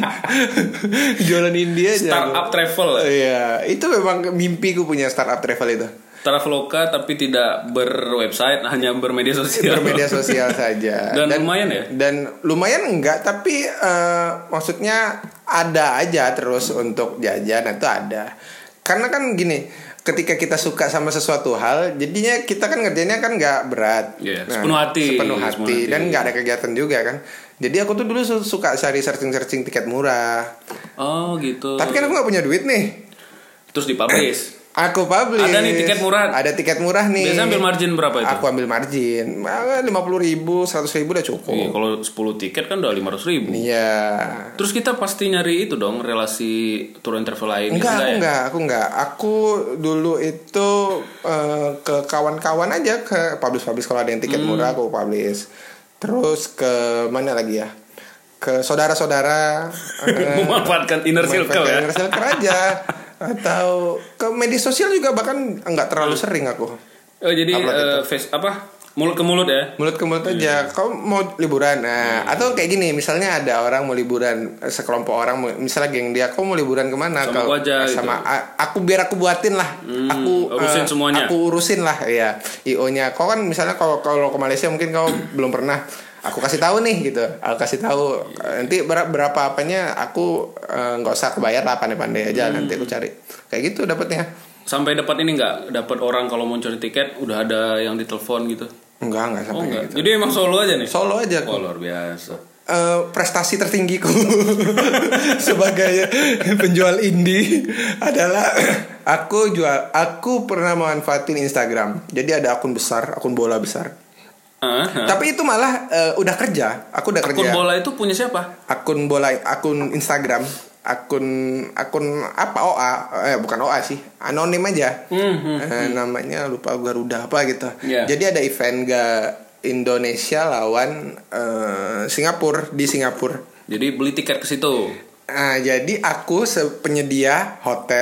Jualan indie aja. Startup travel. Iya, itu memang mimpiku punya startup travel itu. Traveloka tapi tidak berwebsite, hanya bermedia sosial. Bermedia sosial saja. Dan, dan lumayan ya? Dan lumayan enggak, tapi uh, maksudnya ada aja terus untuk jajan itu ada. Karena kan gini, ketika kita suka sama sesuatu hal, jadinya kita kan ngerjainnya kan nggak berat. Yeah, nah, sepenuh hati. Sepenuh hati, sepenuh hati. Dan nggak ada kegiatan juga kan. Jadi aku tuh dulu suka cari searching-searching tiket murah. Oh gitu. Tapi kan aku nggak punya duit nih. Terus dipublish. Aku publish. Ada nih tiket murah. Ada tiket murah nih. Biasanya ambil margin berapa itu? Aku ambil margin lima puluh ribu, seratus ribu udah cukup. Iya, kalau sepuluh tiket kan udah lima ratus ribu. Iya. Terus kita pasti nyari itu dong, relasi tour and travel lain. Enggak, gitu, aku ya? enggak, aku enggak. Aku dulu itu uh, ke kawan-kawan aja, ke publish-publish kalau ada yang tiket hmm. murah aku publish. Terus ke mana lagi ya? Ke saudara-saudara. uh, Memanfaatkan inner circle ya. Inner circle aja. Atau ke media sosial juga bahkan enggak terlalu sering aku. Oh, jadi uh, face apa? Mulut ke mulut ya? Mulut ke mulut aja. Hmm. Kau mau liburan? Nah, hmm. atau kayak gini, misalnya ada orang mau liburan, sekelompok orang, misalnya geng dia, kau mau liburan kemana? Sama kau aja, sama gitu. aku biar aku buatin lah. Hmm, aku urusin uh, semuanya. Aku urusin lah, ya. I O-nya. Kau kan misalnya kalau kalau ke Malaysia mungkin kau belum pernah. Aku kasih tahu nih gitu. Aku kasih tahu nanti ber- berapa apanya aku nggak uh, usah kebayar lah, pandai-pandai aja hmm. nanti aku cari. Kayak gitu dapatnya. Sampai dapat ini nggak? Dapat orang kalau mau cari tiket udah ada yang ditelepon gitu. Enggak, enggak sampai oh, enggak. gitu. Jadi emang solo aja nih? Solo aja. Oh, luar biasa. Uh, prestasi tertinggiku sebagai penjual indie adalah aku jual aku pernah memanfaatin Instagram. Jadi ada akun besar, akun bola besar. Uh-huh. Tapi itu malah uh, udah kerja. Aku udah akun kerja. Akun bola itu punya siapa? Akun bola, akun Instagram, akun akun apa O A? Eh bukan O A sih, anonim aja. Mm-hmm. Uh, namanya lupa Garuda apa gitu. Yeah. Jadi ada event gak Indonesia lawan uh, Singapura di Singapura. Jadi beli tiket ke situ. Nah, jadi aku penyedia hotel,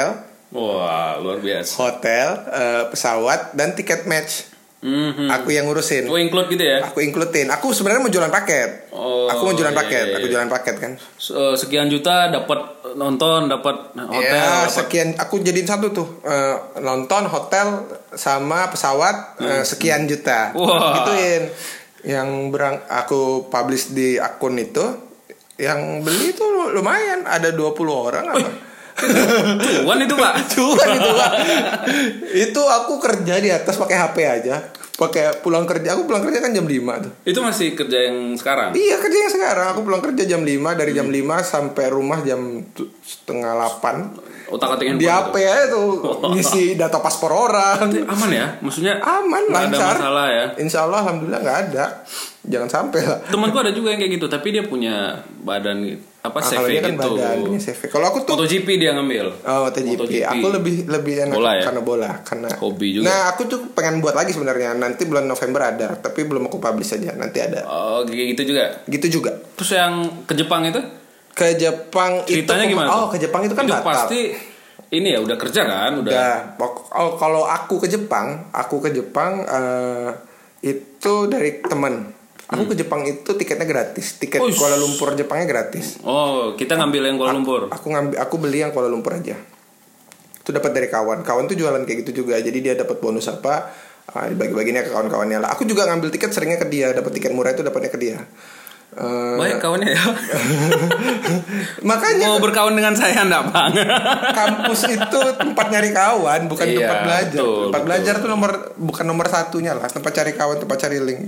Wah, luar biasa. Hotel, uh, pesawat, dan tiket match. Mm-hmm. Aku yang ngurusin. Oh, include gitu ya? Aku includein. Aku sebenarnya mau jualan paket. Oh, aku mau jualan iya, paket. iya, Aku iya. jualan paket kan. So, sekian juta dapat nonton, dapat hotel. Ya, dapat... sekian. Aku jadiin satu tuh. Uh, nonton, hotel, sama pesawat. Hmm. Uh, sekian juta. Wah. Gituin. Yang berang. Aku publish di akun itu. Yang beli itu lumayan. Ada dua puluh orang apa? Cuan itu pak. Cuan itu pak. Itu aku kerja di atas pakai H P aja. Pakai pulang kerja. Aku pulang kerja kan jam lima tuh. Itu masih kerja yang sekarang? Iya, kerja yang sekarang. Aku pulang kerja jam lima. Dari jam lima sampai rumah jam setengah delapan. Otak-atik di H P aja tuh ngisi data paspor orang. Aman ya? Maksudnya aman, lancar. Gak ada masalah ya? Insya Allah, alhamdulillah gak ada. Jangan sampai lah. Temanku ada juga yang kayak gitu, tapi dia punya badan apa nah, C V kalau dia kan gitu. badan punya C V. Kalau aku tuh MotoGP dia ngambil. Oh, MotoGP. MotoGP. Aku lebih lebih enak bola, ya? karena bola, karena hobi juga. Nah, aku tuh pengen buat lagi sebenarnya. Nanti bulan November ada, tapi belum aku publish aja. Nanti ada. Oh, gitu juga. Gitu juga. Terus yang ke Jepang itu? Ke Jepang ceritanya itu gimana? Oh, ke Jepang itu kan itu batal. Pasti ini ya udah kerja kan, udah. udah. Oh, kalau aku ke Jepang, aku ke Jepang uh, itu dari teman. Aku hmm. ke Jepang itu tiketnya gratis. Tiket Uish. Kuala Lumpur Jepangnya gratis. Oh, kita ngambil yang Kuala Lumpur. Aku, aku ngambil, aku beli yang Kuala Lumpur aja. Itu dapat dari kawan. Kawan tuh jualan kayak gitu juga. Jadi dia dapat bonus apa? Uh, dibagi-baginya ke kawan-kawannya lah. Aku juga ngambil tiket seringnya ke dia. Dapat tiket murah itu dapatnya ke dia. Uh, Baik kawannya ya. Makanya mau berkawan dengan saya enggak bang? Kampus itu tempat nyari kawan, bukan iya, tempat belajar. Betul, tempat betul. belajar tuh nomor bukan nomor satunya lah. Tempat cari kawan, tempat cari link.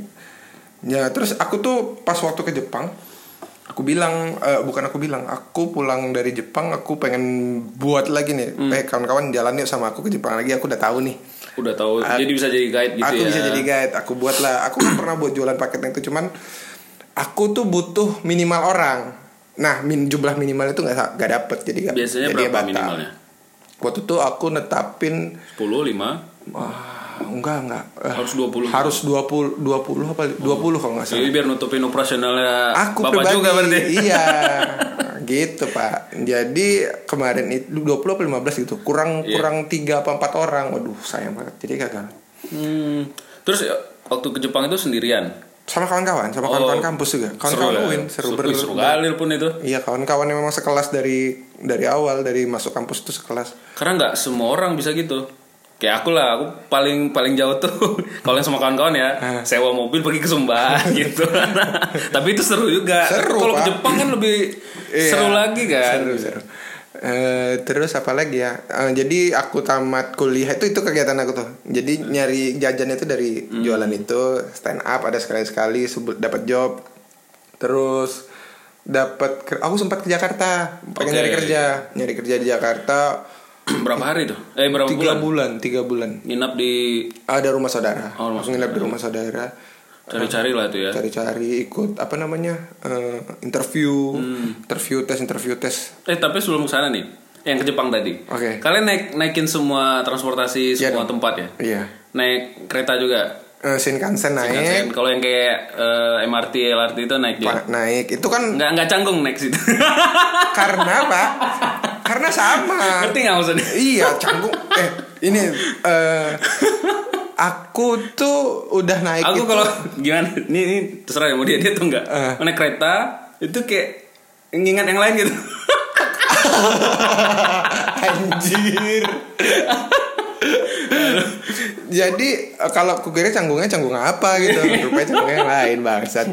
Ya terus aku tuh pas waktu ke Jepang, aku bilang uh, bukan aku bilang, aku pulang dari Jepang, aku pengen buat lagi nih. Hmm. Eh kawan-kawan jalan yuk sama aku ke Jepang lagi. Aku udah tahu nih. Udah tahu. Uh, jadi bisa jadi guide gitu aku ya. Aku bisa jadi guide. Aku buat lah. Aku kan pernah buat jualan paketnya itu, cuman aku tuh butuh minimal orang. Nah, min, jumlah minimal itu nggak nggak dapet, jadi gak, biasanya jadi berapa minimalnya? Waktu itu aku netapin sepuluh, lima Wah, enggak enggak. Harus dua puluh. Harus dua puluh, dua puluh apa dua puluh kalau nggak salah. Jadi biar nutupin operasionalnya aku Bapak pribadi, juga berarti. Iya. Gitu, Pak. Jadi kemarin itu dua puluh apa lima belas gitu. Kurang yeah. kurang tiga apa empat orang. Waduh, sayang banget. Jadi gagal. Hmm. Terus waktu ke Jepang itu sendirian? Sama kawan-kawan, sama oh, kawan-kawan kampus juga. Kawan-kawan seru, win, ya? seru, seru seru seru kali pun itu. Iya, kawan-kawan yang memang sekelas dari dari awal, dari masuk kampus itu sekelas. Karena nggak semua orang bisa gitu. Kayak aku lah, aku paling paling jauh tuh kalau yang sama kawan-kawan ya, ah. sewa mobil pergi ke Sumba gitu. Tapi itu seru juga. Seru, kalau ke Jepang kan lebih iya, seru lagi kan. Seru, seru. Uh, terus apa lagi ya? Uh, jadi aku tamat kuliah itu itu kegiatan aku tuh. Jadi hmm. nyari jajan itu dari hmm. jualan itu, stand up ada sekali-sekali, dapat job. Terus dapat aku sempat ke Jakarta, pengen okay. nyari kerja, nyari kerja di Jakarta. Berapa hari tuh? Eh berapa tiga bulan? bulan, tiga bulan. Nginap di ada rumah saudara. Oh, rumah aku nginap di rumah saudara. Cari-cari lah itu ya. Cari-cari ikut apa namanya uh, interview, hmm. interview tes, interview tes. Eh tapi sebelum kesana nih, yang ke Jepang tadi. Oke. Okay. Kalian naik naikin semua transportasi semua yeah, tempat ya? Iya. Naik kereta juga. Uh, Shinkansen naik. Shinkansen. Kalau yang kayak uh, M R T, L R T itu naik juga. Naik. Itu kan nggak nggak canggung naik situ. Karena apa? Karena sama. Ngerti nggak maksudnya? Iya canggung. Eh ini. Uh, Aku tuh udah naik. Aku kalau gimana? Ini, ini terserah ya mau dia dia tuh enggak. Uh. Naik kereta itu kayak ngingat yang lain gitu. Anjir. Jadi kalau aku kira canggungnya canggung apa gitu, rupanya canggungnya yang lain bangsat.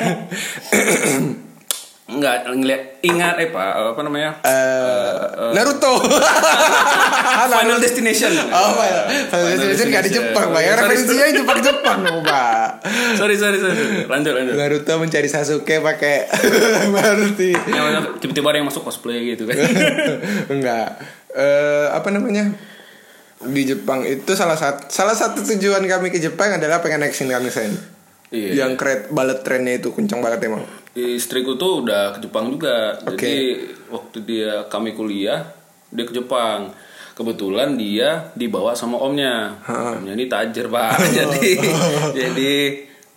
Enggak ngeliat ingat eh pak apa namanya uh, uh, Naruto. Final Destination. Oh Final, Final Destination nggak di Jepang pak, ya referensinya Jepang Jepang pak. Sorry sorry sorry lanjut lanjut. Naruto mencari Sasuke pakai Naruto. Tiba-tiba ada yang masuk cosplay gitu kan. Enggak. Uh, apa namanya di Jepang itu salah satu salah satu tujuan kami ke Jepang adalah pengen naik Shinkansen. Iya. Yang keret bullet trainnya itu kencang banget emang. Istriku tuh udah ke Jepang juga. Okay. Jadi waktu dia kami kuliah dia ke Jepang. Kebetulan dia dibawa sama omnya. Ha. Omnya ini tajir pak. jadi jadi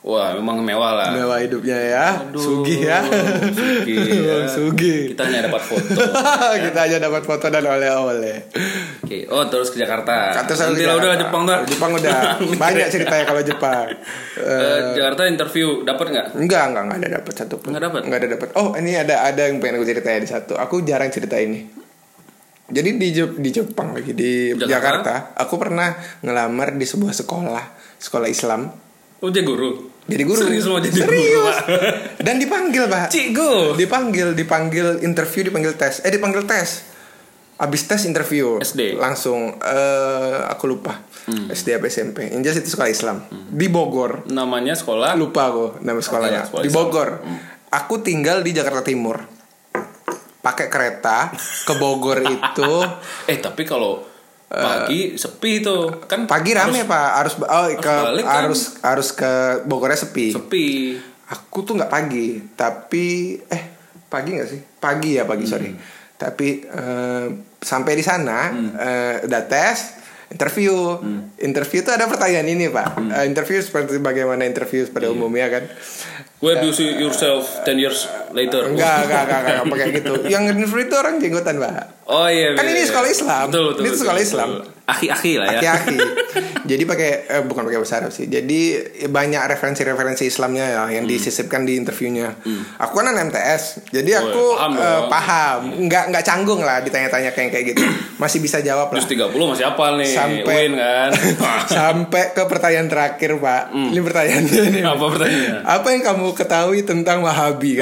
Wah, memang mewah lah. Mewah hidupnya ya. Aduh, sugih ya. Sugih. Ya. Sugih. Kita hanya dapat foto. Kita hanya dapat foto dan oleh-oleh. Oke. Oh, terus ke Jakarta. Kata Nanti lah udah Jepang dah. Jepang udah. Banyak ceritanya kalau Jepang. Uh, Jakarta interview dapat nggak? Enggak, enggak, enggak ada dapat satu pun. Enggak dapat. Enggak ada dapat. Oh, ini ada ada yang pengen aku ceritain di satu. Aku jarang cerita ini. Jadi di di Jepang lagi di Jakarta, Jakarta aku pernah ngelamar di sebuah sekolah, sekolah Islam. Oh, jadi guru. Jadi guru. Serius mau jadi Serius. guru, Pak. Dan dipanggil, Pak. Cikgu. Dipanggil, dipanggil interview, dipanggil tes. Eh, dipanggil tes. Abis tes interview. S D. Langsung uh, aku lupa. Hmm. S D apa S M P. Yang jelas itu sekolah Islam. Hmm. Di Bogor. Namanya sekolah? Lupa aku nama sekolahnya. Sekolah di Bogor. Hmm. Aku tinggal di Jakarta Timur. Pakai kereta ke Bogor itu. Eh, tapi kalau pagi uh, sepi tuh kan pagi rame harus, pak harus oh ke harus harus, kan? harus ke Bogornya sepi sepi aku tuh nggak pagi tapi eh pagi nggak sih pagi ya pagi hmm. sorry tapi uh, sampai di sana hmm. uh, udah tes interview hmm. interview tuh ada pertanyaan ini pak hmm. uh, interview seperti bagaimana interview pada yeah. umumnya kan. Where do you see yourself ten years later? Enggak, enggak, enggak, enggak, enggak pakai gitu. Yang interview itu orang jenggotan, Pak. Oh iya. Kan iya, ini sekolah Islam. Betul, betul, ini betul, sekolah betul, Islam. Aki-aki lah ya. Aki-aki. Jadi pakai eh, bukan pakai bahasa Arab sih. Jadi banyak referensi-referensi Islamnya ya yang hmm. disisipkan di interviewnya. Hmm. Aku kan anak M T S. Jadi aku oh, paham, uh, paham. Enggak enggak canggung lah ditanya-tanya kayak kayak gitu. Masih bisa jawab lah. Terus tiga puluh masih hafal nih. Sampai Win kan. Sampai ke pertanyaan terakhir, Pak. Hmm. Ini pertanyaannya nih. Apa pertanyaannya? Apa yang kamu ketahui tentang Wahabi?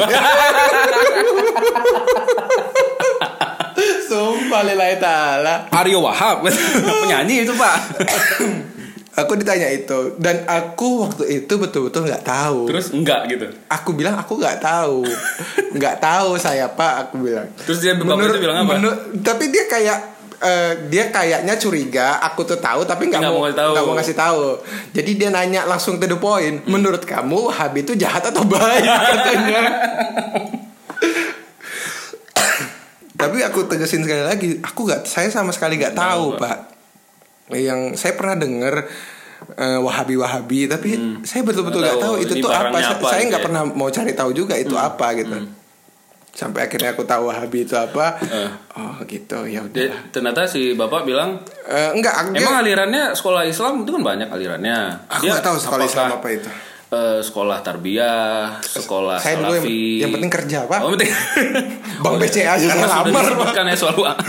Sumpah lillahi ta'ala Aryo Wahab. Penyanyi itu, Pak. Aku ditanya itu. Dan aku waktu itu betul-betul gak tahu. Terus enggak gitu? Aku bilang aku gak tahu. Gak tahu saya, Pak. Aku bilang. Terus dia menurut, itu bilang apa? Menur, tapi dia kayak uh, dia kayaknya curiga aku tuh tahu tapi nggak mau nggak mau ngasih tahu. Jadi dia nanya langsung to the point. Hmm. Menurut kamu Wahabi itu jahat atau baik? Katanya. Tapi aku tegasin sekali lagi, aku nggak, saya sama sekali nggak tahu, Pak. Yang saya pernah dengar uh, Wahabi Wahabi, tapi hmm. saya betul-betul nggak tahu, tahu itu tuh apa. apa. Saya nggak pernah mau cari tahu juga itu hmm. apa gitu. Hmm. Sampai akhirnya aku tahu Wahabi itu apa. Uh. Oh gitu, ya udah. Ternyata si bapak bilang uh, enggak. Emang dia, alirannya sekolah Islam itu kan banyak alirannya. Aku nggak tahu sekolah apakah, Islam apa itu. Uh, sekolah tarbiyah, sekolah saya salafi. Dulu yang, yang penting kerja, Pak. Oh, penting. Bang B C aja karena saya sudah disebutkan ya soal uang.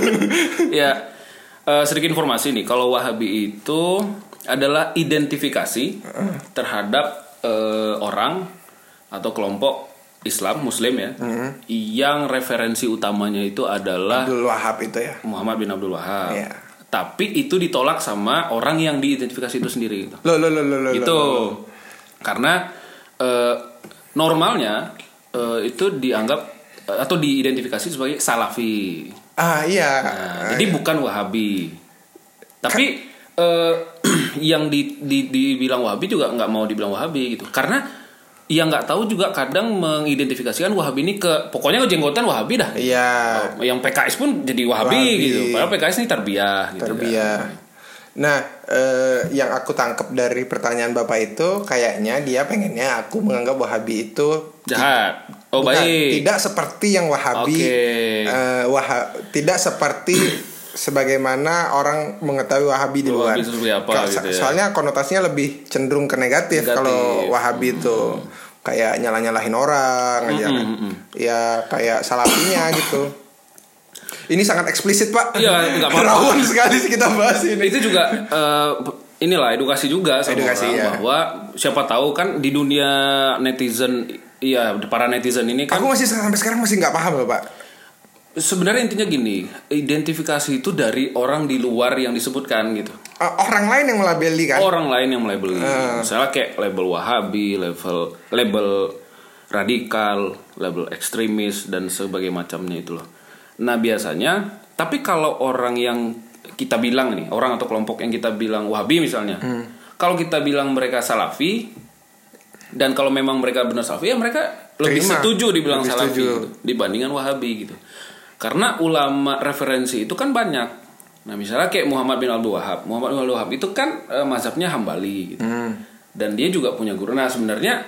Ya, uh, sedikit informasi nih. Kalau Wahabi itu adalah identifikasi terhadap uh, orang atau kelompok Islam Muslim ya, mm-hmm. yang referensi utamanya itu adalah Abdul Wahab itu ya. Muhammad bin Abdul Wahab. Yeah. Tapi itu ditolak sama orang yang diidentifikasi itu sendiri. Gitu. Loh, loh, loh, loh, itu loh, loh. Karena uh, normalnya uh, itu dianggap uh, atau diidentifikasi sebagai Salafi. Ah iya. Nah, ah, jadi iya. bukan Wahabi. Tapi kan, uh, yang di, di, dibilang Wahabi juga nggak mau dibilang Wahabi gitu. Karena yang nggak tahu juga kadang mengidentifikasikan Wahabi ini ke pokoknya jenggotan Wahabi dah. Iya. Uh, yang P K S pun jadi Wahabi, Wahabi. gitu. Padahal P K S ini tarbiyah. Gitu tarbiyah. Kan. Nah, eh, yang aku tangkap dari pertanyaan Bapak itu kayaknya dia pengennya aku menganggap Wahabi itu jahat. Oh, bukan, baik. tidak seperti yang Wahabi. Okay. Eh, Wahab, tidak seperti sebagaimana orang mengetahui Wahabi di luar. Wahabi apa, so, gitu ya. Soalnya konotasinya lebih cenderung ke negatif, negatif. Kalau Wahabi itu hmm. kayak nyalah-nyalahin orang aja kan. Hmm. Ya kayak salafinya gitu. Ini sangat eksplisit, Pak. Iya, enggak apa-apa. Rawan sekali kita bahas ini. Itu juga uh, inilah edukasi juga sama edukasi, orang ya. Bahwa siapa tahu kan di dunia netizen, iya para netizen ini kan. Aku masih sampai sekarang masih nggak paham loh, Pak. Sebenarnya intinya gini, identifikasi itu dari orang di luar yang disebutkan gitu. Uh, orang lain yang melabeli kan? Orang lain yang melabeli. Uh. Misalnya kayak label Wahabi, label label radikal, label ekstremis dan sebagainya macamnya itu loh. Nah biasanya, tapi kalau orang yang kita bilang nih, orang atau kelompok yang kita bilang Wahabi misalnya, hmm. kalau kita bilang mereka Salafi, dan kalau memang mereka benar Salafi, ya mereka lebih Terima. setuju dibilang lebih Salafi gitu, dibandingkan Wahabi gitu. Karena ulama referensi itu kan banyak. Nah misalnya kayak Muhammad bin Abdul Wahab, Muhammad bin Abdul Wahab itu kan eh, mazhabnya Hambali gitu. Hmm. dan dia juga punya guru. Nah sebenarnya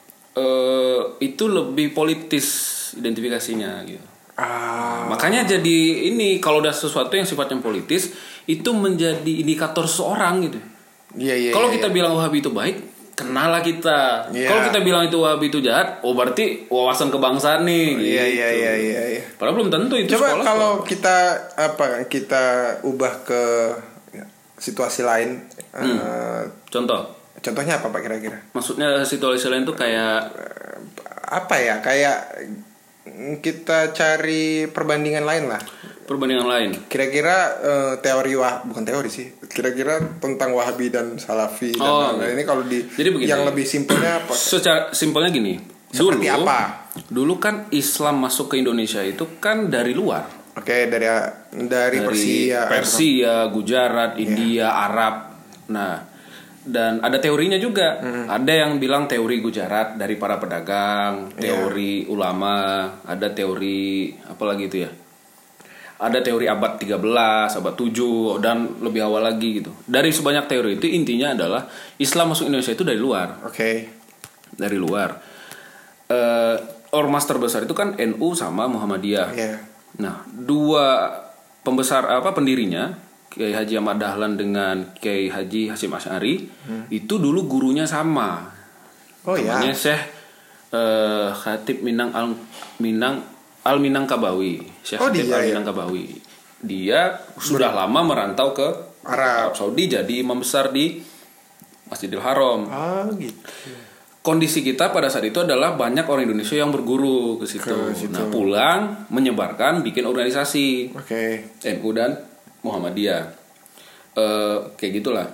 uh, itu lebih politis identifikasinya gitu. Ah. Makanya jadi ini kalau udah sesuatu yang sifatnya politis itu menjadi indikator seseorang gitu. Iya iya. Kalau iya, kita iya. bilang Wahabi itu baik, kenalah kita. Iya. Kalau kita bilang itu Wahabi itu jahat, oh berarti wawasan kebangsaan nih. Oh, gitu. iya iya iya iya. iya. Padahal belum tentu itu. Coba sekolah kalau sekolah. kita apa kita ubah ke situasi lain. Hmm. Uh, Contoh. contohnya apa Pak kira-kira? Maksudnya situasi lain tuh kayak Apa ya? Kayak kita cari perbandingan lain lah. perbandingan lain. Kira-kira uh, teori wah bukan teori sih. Kira-kira tentang Wahabi dan Salafi dan Oh, lain-lain. Ini kalau di Jadi begini. yang lebih simpelnya apa? Secara simpelnya gini. Seperti dulu, apa? Dulu kan Islam masuk ke Indonesia itu kan dari luar. Oke, dari dari, Dari Persia. Persia, Gujarat, India, Arab. Nah, dan ada teorinya juga. Hmm. Ada yang bilang teori Gujarat dari para pedagang, teori ulama, ada teori apa lagi itu ya? Ada teori abad tiga belas, abad tujuh dan lebih awal lagi gitu. Dari sebanyak teori itu intinya adalah Islam masuk Indonesia itu dari luar. Oke. Dari luar. Eh, ormas terbesar itu kan N U sama Muhammadiyah. Iya. Nah, dua pembesar apa pendirinya Kiai Haji Ahmad Dahlan dengan Kiai Haji Hasyim Asy'ari hmm. itu dulu gurunya sama. Oh ya. Namanya Syekh uh, Khatib Minang Al Minang Al Minangkabawi. Syekh Oh, Khatib dia, Al ya? Minangkabawi. Dia sudah lama merantau ke Arab. Arab Saudi jadi imam besar di Masjidil Haram. Ah gitu. Kondisi kita pada saat itu adalah banyak orang Indonesia yang berguru ke situ. Ke situ. Nah, pulang menyebarkan bikin organisasi Oke. N U dan Muhammadiyah. E, kayak gitulah.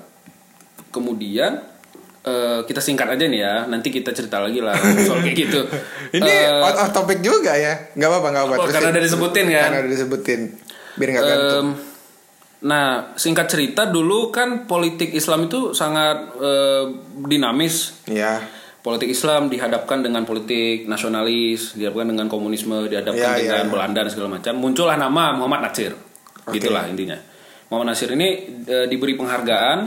Kemudian e, kita singkat aja nih ya. Nanti kita cerita lagi lah soal kayak gitu. Ini E, out of topic juga ya. Nggak apa-apa, nggak apa-apa. Oh, karena udah disebutin kan? Karena udah disebutin. Biar nggak gantung. Em, Nah, singkat cerita dulu kan politik Islam itu sangat e, dinamis. Ya. Politik Islam dihadapkan dengan politik nasionalis, dihadapkan dengan komunisme, dihadapkan Ya, dengan ya. Belanda dan segala macam. Muncullah nama Muhammad Natsir. Oke. Gitulah intinya. Muhammad Natsir ini e, diberi penghargaan.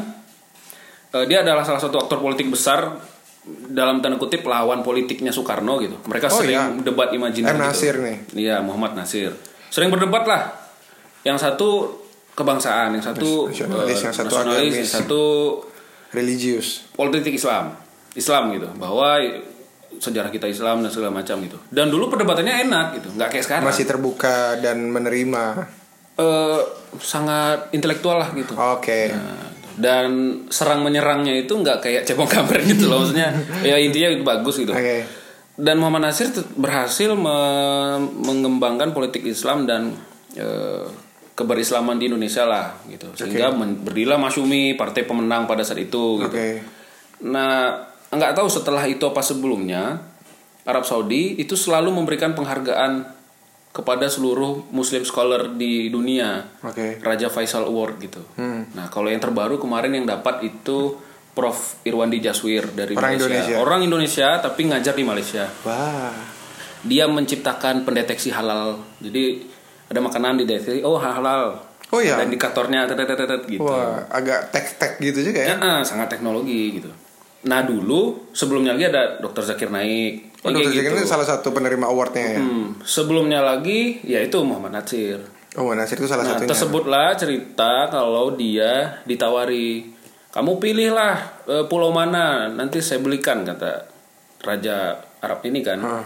E, dia adalah salah satu aktor politik besar dalam tanda kutip lawan politiknya Soekarno gitu. Mereka Oh, sering ya. debat imajiner M. gitu. Natsir nih. Iya, Muhammad Natsir. Sering berdebat lah. Yang satu kebangsaan, yang satu Nasionalis, eh, yang satu nasionalis, agamis. yang satu Religius. politik Islam, Islam gitu, bahwa sejarah kita Islam dan segala macam gitu. Dan dulu perdebatannya enak gitu, nggak kayak sekarang. Masih terbuka dan menerima. Eh, sangat intelektual lah gitu. Oke. Nah, dan serang menyerangnya itu nggak kayak cebong kampret gitu loh, maksudnya. Ya intinya itu bagus gitu. Oke. Dan Muhammad Natsir berhasil me- mengembangkan politik Islam dan eh, keberislaman di Indonesia lah gitu, sehingga Okay. men- berdirilah Masyumi, partai pemenang pada saat itu gitu. Oke. Nah, nggak tahu setelah itu apa sebelumnya Arab Saudi itu selalu memberikan penghargaan kepada seluruh Muslim scholar di dunia, Oke. Raja Faisal Award gitu. Hmm. Nah, kalau yang terbaru kemarin yang dapat itu Prof Irwandi Jaswir dari Orang Malaysia. Indonesia. Orang Indonesia tapi ngajar di Malaysia. Wah. Dia menciptakan pendeteksi halal. Jadi ada makanan dideteksi, oh halal. Oh iya. Ada indikatornya tetetetet gitu. Wah, agak tek-tek gitu juga ya. Ya, ah, sangat teknologi gitu. Nah dulu sebelumnya lagi ada Dokter Zakir Naik. Oh, Kayak Dokter Zakir gitu. ini salah satu penerima awardnya ya. Hmm, sebelumnya lagi yaitu Muhammad Natsir. Oh, Muhammad Natsir itu salah Nah satunya. tersebutlah cerita kalau dia ditawari, kamu pilihlah eh, pulau mana, nanti saya belikan, kata Raja Arab ini kan. Ah.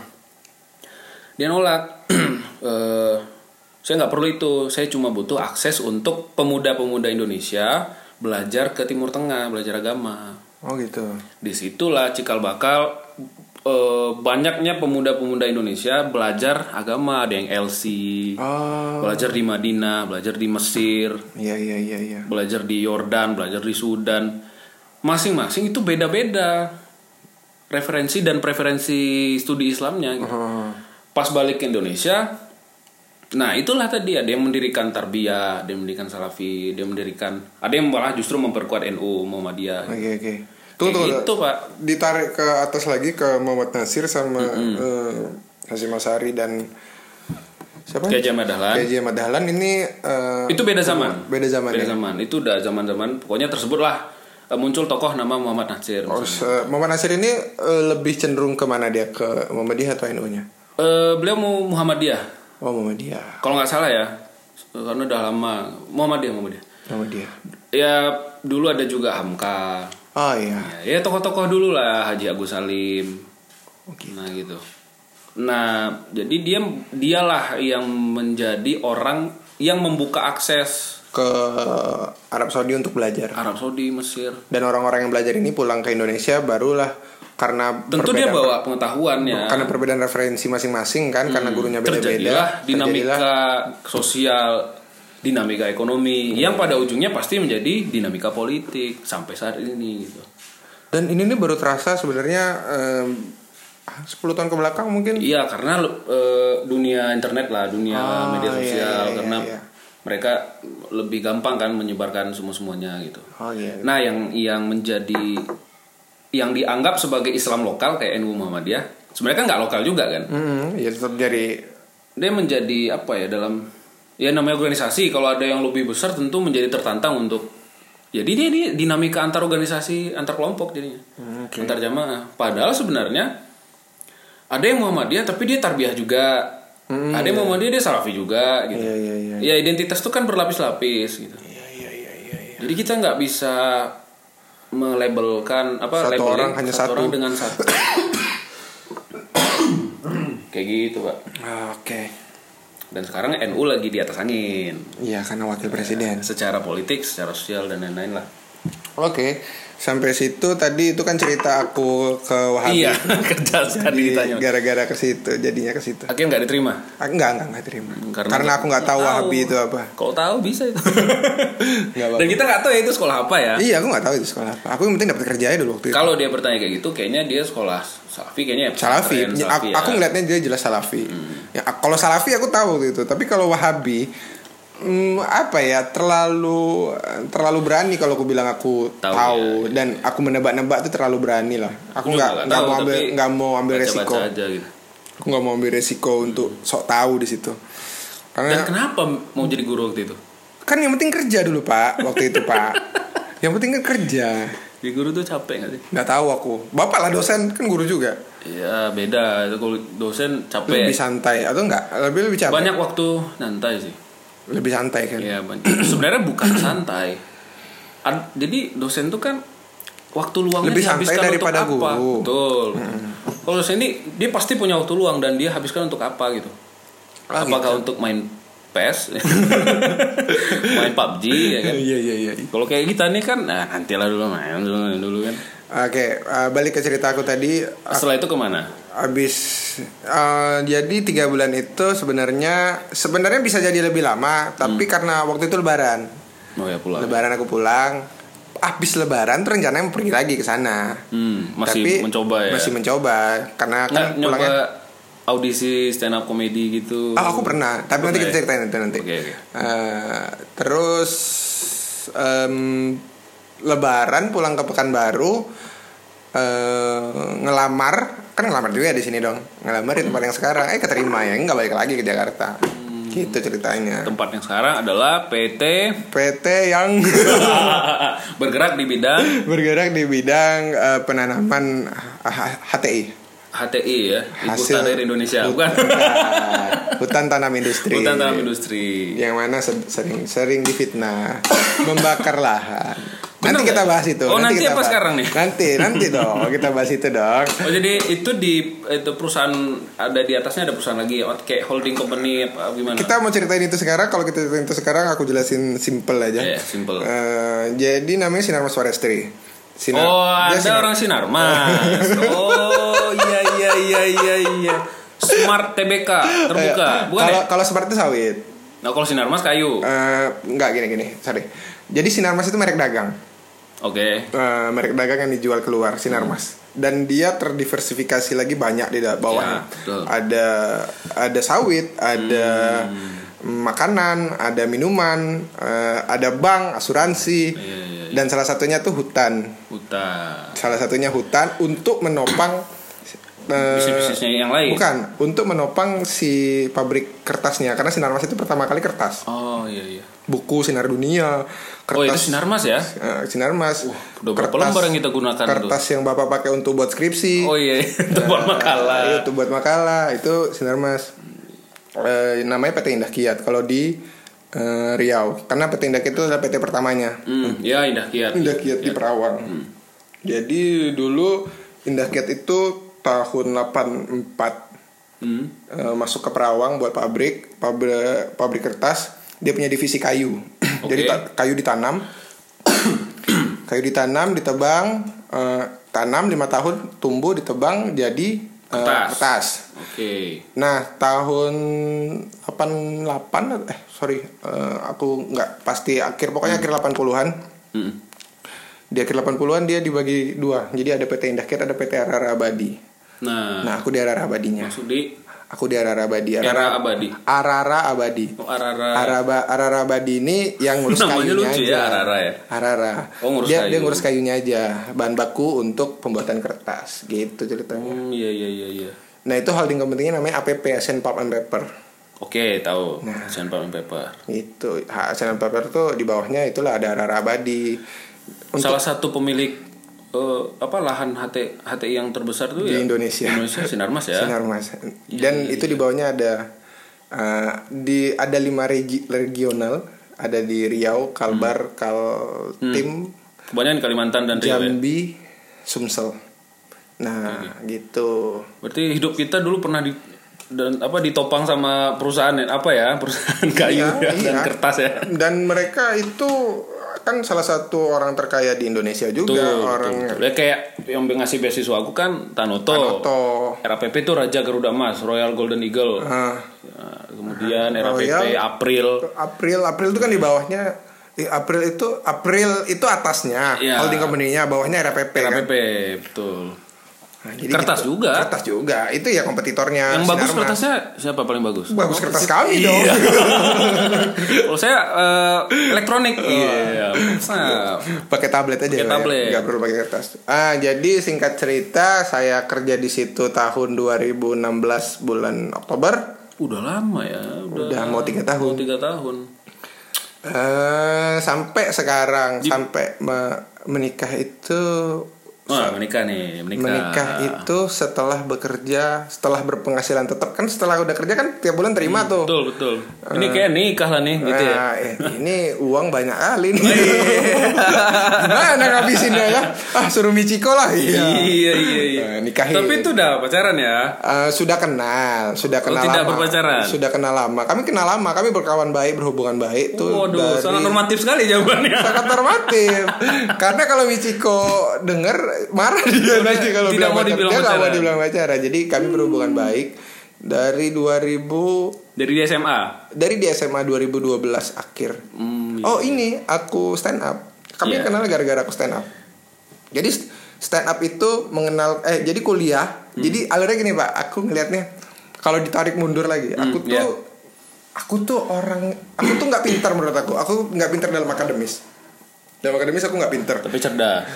Dia nolak. eh, saya nggak perlu itu, saya cuma butuh akses untuk pemuda-pemuda Indonesia belajar ke Timur Tengah, belajar agama. Oh gitu. Disitulah cikal bakal eh, banyaknya pemuda-pemuda Indonesia belajar agama. Ada yang L C, Oh. belajar di Madinah, belajar di Mesir, Iya iya iya iya. belajar di Yordan, belajar di Sudan. Masing-masing itu beda-beda referensi dan preferensi studi Islamnya gitu. Oh. Pas balik ke Indonesia, nah itulah tadi ada yang mendirikan Tarbiyah, ada yang mendirikan Salafi, ada yang mendirikan, ada yang malah justru memperkuat N U Muhammadiyah. Oke oke. Kayak Tunggu tunggu. gitu, Pak. Ditarik ke atas lagi ke Muhammad Natsir sama Mm-hmm. eh, Hasyim Asy'ari dan siapa? Kiai Haji Ahmad Dahlan. Kiai Haji Ahmad Dahlan ini eh, Itu beda zaman. Beda zaman Beda ya. zaman. Itu udah zaman-zaman pokoknya tersebutlah uh, muncul tokoh nama Muhammad Natsir. Oh, se- Muhammad Natsir ini uh, lebih cenderung kemana dia, ke Muhammadiyah atau N U-nya? Uh, beliau mau Muhammadiyah. Oh, Muhammadiyah. Kalau nggak salah ya, karena udah lama Muhammadiyah Muhammadiyah. Muhammadiyah. Ya dulu ada juga Hamka. Oh iya. Ya, ya tokoh-tokoh dulu lah, Haji Agus Salim. Oke. Nah gitu. Nah jadi dia dialah yang menjadi orang yang membuka akses Ke Arab Saudi untuk belajar. Arab Saudi, Mesir. Dan orang-orang yang belajar ini pulang ke Indonesia barulah karena tentu dia bawa pengetahuannya. Karena perbedaan referensi masing-masing kan, hmm, karena gurunya beda-beda. Terjadilah dinamika terjadilah, sosial, dinamika ekonomi, hmm, yang pada ujungnya pasti menjadi dinamika politik sampai saat ini gitu. Dan ini nih baru terasa sebenarnya um, sepuluh tahun ke belakang mungkin. Iya, karena uh, dunia internet lah, dunia oh, media sosial, iya, iya, karena iya. mereka lebih gampang kan menyebarkan semua-semuanya gitu. Oh, iya, iya. Nah, yang yang menjadi yang dianggap sebagai Islam lokal kayak N U Muhammadiyah, sebenarnya kan nggak lokal juga kan? Mm-hmm, ya tetap jadi dia menjadi apa ya, dalam ya namanya organisasi, kalau ada yang lebih besar tentu menjadi tertantang untuk, jadi dia ini dinamika antar organisasi, antar kelompok jadinya, okay. antar jamaah. Padahal sebenarnya ada yang Muhammadiyah tapi dia tarbiyah juga, hmm, ada yang Muhammadiyah dia salafi juga gitu. Iya, iya, iya. Ya identitas itu kan berlapis-lapis gitu. Iya, iya, iya, iya, iya. Jadi kita nggak bisa melabelkan apa, satu labeling orang hanya satu, satu orang dengan satu. Kayak gitu Pak. Oke. Okay. Dan sekarang N U lagi di atas angin. Iya, karena wakil presiden. Ya, secara politik, secara sosial dan lain-lain lah. Oke, okay. Sampai situ tadi itu kan cerita aku ke Wahabi. Iya, kerja sekali ditanya. Gara-gara ke situ, jadinya ke situ. Akhirnya nggak diterima? Ah, enggak, enggak, enggak terima. Karena, Karena aku nggak tahu Wahabi itu apa. Kalau tahu bisa itu. Nggak apa-apa. Dan kita nggak tahu ya itu sekolah apa ya. Iya, aku nggak tahu itu sekolah apa. Aku yang penting dapat kerja aja dulu waktu itu. Kalau dia bertanya kayak gitu, kayaknya dia sekolah Salafi kayaknya. Ya, Salafi. Salafi aku, ya. aku ngeliatnya dia jelas Salafi. Hmm. Ya, kalau Salafi aku tahu waktu itu. Tapi kalau Wahabi, Hmm, apa ya, terlalu terlalu berani kalau aku bilang aku tahu, tahu ya. Dan aku menebak-nebak itu terlalu berani lah. Aku nggak nggak mau ambil nggak mau ambil resiko. Aja, gitu. Aku nggak mau ambil resiko untuk sok tahu di situ. Karena dan kenapa mau jadi guru waktu itu? Kan yang penting kerja dulu Pak waktu itu Pak. Yang penting kan kerja. Jadi guru tuh capek nggak sih? Nggak tahu aku. Bapak lah dosen kan guru juga. Iya beda. Kalau dosen capek. Lebih santai atau enggak? Lebih lebih capek. Banyak waktu santai sih. Lebih santai kan? Iya, sebenarnya bukan santai. Ad, jadi dosen tuh kan waktu luangnya lebih santai daripada untuk apa? guru. Betul. Hmm. Kalau dosen ini dia pasti punya waktu luang dan dia habiskan untuk apa gitu? Oh, Apakah gitu? untuk main P E S, main P U B G ya kan? Iya iya iya. Kalau kayak kita nih kan, nah nantilah dulu main dulu, dulu kan. Oke, okay, uh, balik ke cerita aku tadi. Setelah itu kemana? Abis uh, jadi tiga bulan itu sebenarnya sebenarnya bisa jadi lebih lama, tapi hmm. karena waktu itu lebaran. Oh ya pulang. Lebaran aku pulang. Abis lebaran tuh rencananya mau pergi lagi ke sana. Hmm, masih tapi mencoba ya. Masih mencoba karena kan nggak, pulangnya nyoba audisi stand up comedy gitu. Oh, aku pernah, tapi nanti kita ceritain nanti nanti. Okay, okay. Uh, terus um, lebaran pulang ke Pekanbaru, uh, ngelamar kan ngelamar juga di sini dong, ngelamar di tempat yang sekarang, eh keterima ya, nggak balik lagi ke Jakarta. Hmm. Gitu ceritanya. Tempat yang sekarang adalah P T P T yang bergerak di bidang bergerak di bidang uh, penanaman H T I. H T I ya, Hasil dari Indonesia bukan? Hutan tanam industri. Hutan tanam industri. Yang mana sering sering difitnah, membakar lahan. Nanti Bener kita gak? bahas itu. Oh nanti, nanti apa bahas. sekarang nih? Nanti nanti dong kita bahas itu dong. Oh jadi itu di itu perusahaan ada di atasnya ada perusahaan lagi kayak holding company apa gimana? Kita mau ceritain itu sekarang. Kalau kita ceritain itu sekarang aku jelasin simple aja. Yeah, simple. Uh, jadi namanya Sinarmas Forestry. Sinar, oh ada sinar. Orang Sinarmas. Oh iya iya iya iya iya. Smart T B K terbuka. Bukan kalau ya? kalau Smart itu sawit. Nah kalau Sinarmas kayu. Uh, enggak gini gini. Sorry. Jadi Sinarmas itu merek dagang. Oke. Okay. Uh, merek dagang yang dijual keluar Sinarmas. Hmm. Dan dia terdiversifikasi lagi banyak di bawahnya. Ya, ada ada sawit, ada hmm. makanan, ada minuman, uh, ada bank, asuransi. Ya, ya, ya. Dan salah satunya tuh hutan. Hutan. Salah satunya hutan untuk menopang uh, bisnis-bisnisnya yang lain. Bukan, untuk menopang si pabrik kertasnya, karena Sinarmas itu pertama kali kertas. Oh iya iya. Buku Sinar Dunia, kertas. Oh itu Sinarmas ya? Uh, Sinarmas. Uh, udah berapa lembar yang kita gunakan kertas tuh? yang Bapak pakai untuk buat skripsi. Oh iya, itu buat makalah. Uh, itu buat makalah, itu Sinarmas. Uh, namanya P T Indah Kiat kalau di uh, Riau, karena P T Indah Kiat itu adalah P T pertamanya. Hmm, ya Indah Kiat. Indah Kiat di Perawang. Hmm. Jadi dulu Indah Kiat itu tahun delapan puluh empat hmm. uh, masuk ke Perawang buat pabrik, pabrik pabrik kertas. Dia punya divisi kayu. Okay. Jadi ta- kayu ditanam, kayu ditanam, ditebang, uh, tanam lima tahun, tumbuh, ditebang, jadi uh, kertas. kertas. Oke. Okay. Nah tahun delapan puluh delapan eh sorry uh, aku nggak pasti akhir pokoknya hmm. akhir delapan puluhan. Hmm. Di akhir delapan puluhan dia dibagi dua. Jadi ada P T Indah Kiat, ada P T Arara Abadi. Nah, nah aku di Arara Abadinya. Maksud di? Aku di Arara Abadi. Arara Abadi. Arara Abadi. Oh, Arara. Araba, Arara Abadi ini yang ngurus kayunya lucu aja. Ya, Arara ya. Arara. Oh, ngurus dia kayu. dia ngurus kayunya aja, bahan baku untuk pembuatan kertas. Gitu ceritanya. Hmm, iya iya iya iya. Nah, itu holding company-nya namanya A P P, Asian Pulp and Paper. Oke, tahu. Nah, Asian Pulp and Paper. Itu, Asian Pulp and Paper tuh di bawahnya itulah ada Arara Abadi. Untuk salah satu pemilik Uh, apa lahan H T H T I yang terbesar tuh di ya Indonesia. Indonesia Sinarmas ya. Sinarmas. Dan ya, itu ya. Di bawahnya ada uh, di ada lima regi, regional, ada di Riau, Kalbar, hmm. Kaltim, hmm. kebanyakan Kalimantan dan Riau. Jambi, ya? Sumsel. Nah, okay. Gitu. Berarti hidup kita dulu pernah di dan apa ditopang sama perusahaan apa ya perusahaan kayu iya, ya, iya. dan kertas ya. Dan mereka itu kan salah satu orang terkaya di Indonesia juga. Betul, orang betul, betul. Ya, kayak yang ngasih beasiswa aku kan Tanoto, Tanoto. R A P P itu Raja Garuda Emas, Royal Golden Eagle. Uh, ya, kemudian R A P P Royal, April. April April itu kan di bawahnya. April itu April itu atasnya ya. Holding company-nya, bawahnya R A P P. R A P P kan? Betul. Nah, jadi kertas gitu. juga. Kertas juga. Itu ya kompetitornya. Yang bagus Sinarmas. Kertasnya siapa paling bagus? Bagus kertas kami dong. Kalau saya uh, elektronik. Iya. Yeah. Pakai tablet aja. Pakai tablet. Enggak perlu pakai kertas. Ah, jadi singkat cerita saya kerja di situ tahun dua ribu enam belas bulan Oktober. Udah lama ya. Udah, Udah mau tiga tahun. Mau tiga tahun. Uh, sampai sekarang Jip. sampai me- menikah itu. Wah, menikah nih, menikah. Menikah itu setelah bekerja, setelah berpenghasilan tetap kan setelah udah kerja kan tiap bulan terima hmm, tuh. Betul, betul. Ini uh, kayak nikah lah nih gitu ya. Eh, ini uang banyak kali nih. Gimana ngabisinnya ya? Ah, suruh Michiko lah. Iya, iya, iya. iya. Nah, nikahin. Tapi itu udah pacaran ya? Uh, sudah kenal, sudah kenal oh, tidak lama. berpacaran. Sudah kenal lama. Kami kenal lama, kami berkawan baik, berhubungan baik tuh. Waduh, dari... sangat normatif sekali jawabannya. Sangat normatif. Karena kalau Michiko denger marah dia nanti kalau tidak mau dibilang pacaran. Dia mau dibilang pacaran. Jadi kami berhubungan baik dari dua ribu dari di S M A. Dari di S M A dua ribu dua belas akhir. Hmm, iya. Oh, ini aku stand up. Kami yeah. kenal gara-gara aku stand up. Jadi stand up itu mengenal eh jadi kuliah. Hmm. Jadi alurnya gini, Pak. Aku ngelihatnya kalau ditarik mundur lagi, hmm, aku tuh yeah. aku tuh orang aku tuh enggak pintar menurut aku. Aku enggak pintar dalam akademis. Dalam akademis aku nggak pinter. Tapi cerdas.